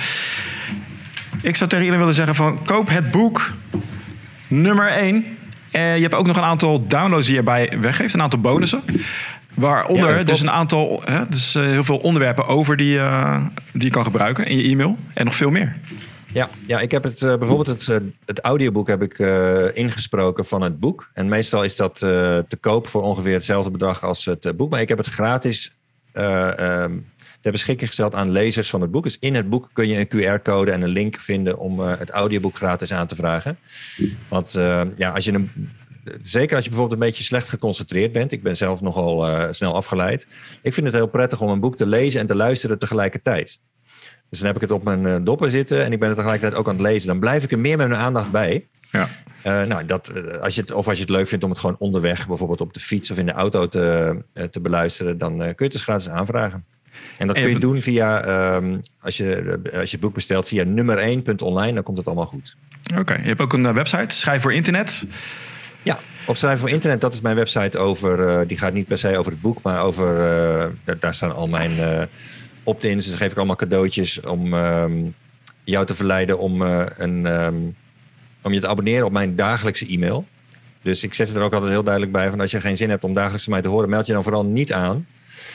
Ik zou tegen iedereen willen zeggen van, koop het boek nummer één. Uh, je hebt ook nog een aantal downloads die je erbij weggeeft. Een aantal bonussen. Waaronder ja, dus een aantal, hè, dus uh, heel veel onderwerpen over die, uh, die je kan gebruiken in je e-mail. En nog veel meer. Ja, ja, ik heb het uh, bijvoorbeeld het, uh, het audioboek heb ik uh, ingesproken van het boek. En meestal is dat uh, te koop voor ongeveer hetzelfde bedrag als het uh, boek. Maar ik heb het gratis uh, um, ter beschikking gesteld aan lezers van het boek. Dus in het boek kun je een Q R-code en een link vinden om uh, het audioboek gratis aan te vragen. Want uh, ja, als je een, zeker als je bijvoorbeeld een beetje slecht geconcentreerd bent. Ik ben zelf nogal uh, snel afgeleid. Ik vind het heel prettig om een boek te lezen en te luisteren tegelijkertijd. Dus dan heb ik het op mijn uh, doppen zitten en ik ben er tegelijkertijd ook aan het lezen. Dan blijf ik er meer met mijn aandacht bij. Ja. Uh, nou, dat, uh, als je het, of als je het leuk vindt om het gewoon onderweg, bijvoorbeeld op de fiets of in de auto te, uh, te beluisteren, dan uh, kun je het dus gratis aanvragen. En dat kun je doen via, um, als, je, uh, als je het boek bestelt, via nummer één punt online, dan komt het allemaal goed. Oké, okay. Je hebt ook een uh, website, Schrijf voor Internet. Ja, op Schrijf voor Internet, dat is mijn website over, uh, die gaat niet per se over het boek, maar over, uh, daar, daar staan al mijn uh, opt-ins. Dus dan geef ik allemaal cadeautjes om um, jou te verleiden om, uh, een, um, om je te abonneren op mijn dagelijkse e-mail. Dus ik zet er ook altijd heel duidelijk bij van als je geen zin hebt om dagelijks van mij te horen, meld je dan vooral niet aan.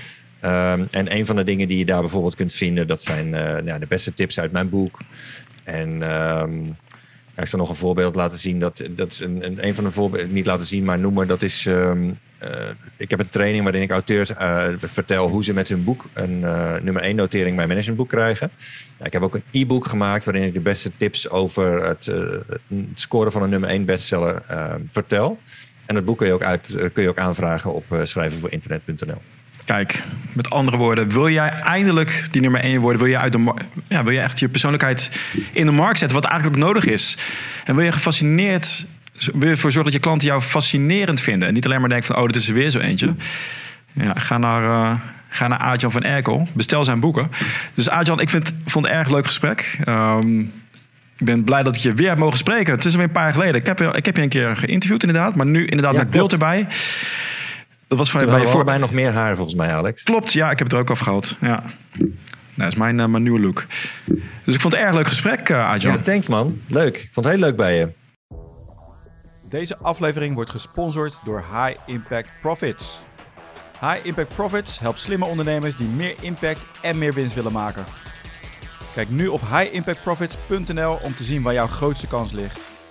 Um, en een van de dingen die je daar bijvoorbeeld kunt vinden, dat zijn uh, nou, de beste tips uit mijn boek. En um, ja, ik zal nog een voorbeeld laten zien. Dat, dat is een, een, een van de voorbeelden, niet laten zien, maar noemen. Dat is, um, uh, ik heb een training waarin ik auteurs uh, vertel hoe ze met hun boek een uh, nummer één notering bij managementboek krijgen. Ja, ik heb ook een e-book gemaakt waarin ik de beste tips over het, uh, het scoren van een nummer één bestseller uh, vertel. En dat boek kun je ook, uit, uh, kun je ook aanvragen op uh, schrijven voor internet punt n l. Kijk, met andere woorden, wil jij eindelijk die nummer één worden? Wil je, uit de mar- ja, wil je echt je persoonlijkheid in de markt zetten, wat eigenlijk ook nodig is? En wil je gefascineerd, wil je ervoor zorgen dat je klanten jou fascinerend vinden? En niet alleen maar denken van, oh, dit is er weer zo eentje. Ja, ga naar, uh, ga naar Aart-Jan van Erkel, bestel zijn boeken. Dus Aart-Jan, ik vind, vond het een erg leuk gesprek. Um, ik ben blij dat ik je weer heb mogen spreken. Het is alweer een paar jaar geleden. Ik heb, ik heb je een keer geïnterviewd inderdaad, maar nu inderdaad ja, met beeld erbij. Dat was van, bij je voor... bij nog meer haar volgens mij, Alex. Klopt, ja, ik heb het er ook afgehaald. Ja. Nou, dat is mijn, uh, mijn nieuwe look. Dus ik vond het een erg leuk gesprek, uh, Aart-Jan. Ja, thanks man. Leuk. Ik vond het heel leuk bij je. Deze aflevering wordt gesponsord door High Impact Profits. High Impact Profits helpt slimme ondernemers die meer impact en meer winst willen maken. Kijk nu op high impact profits punt n l om te zien waar jouw grootste kans ligt.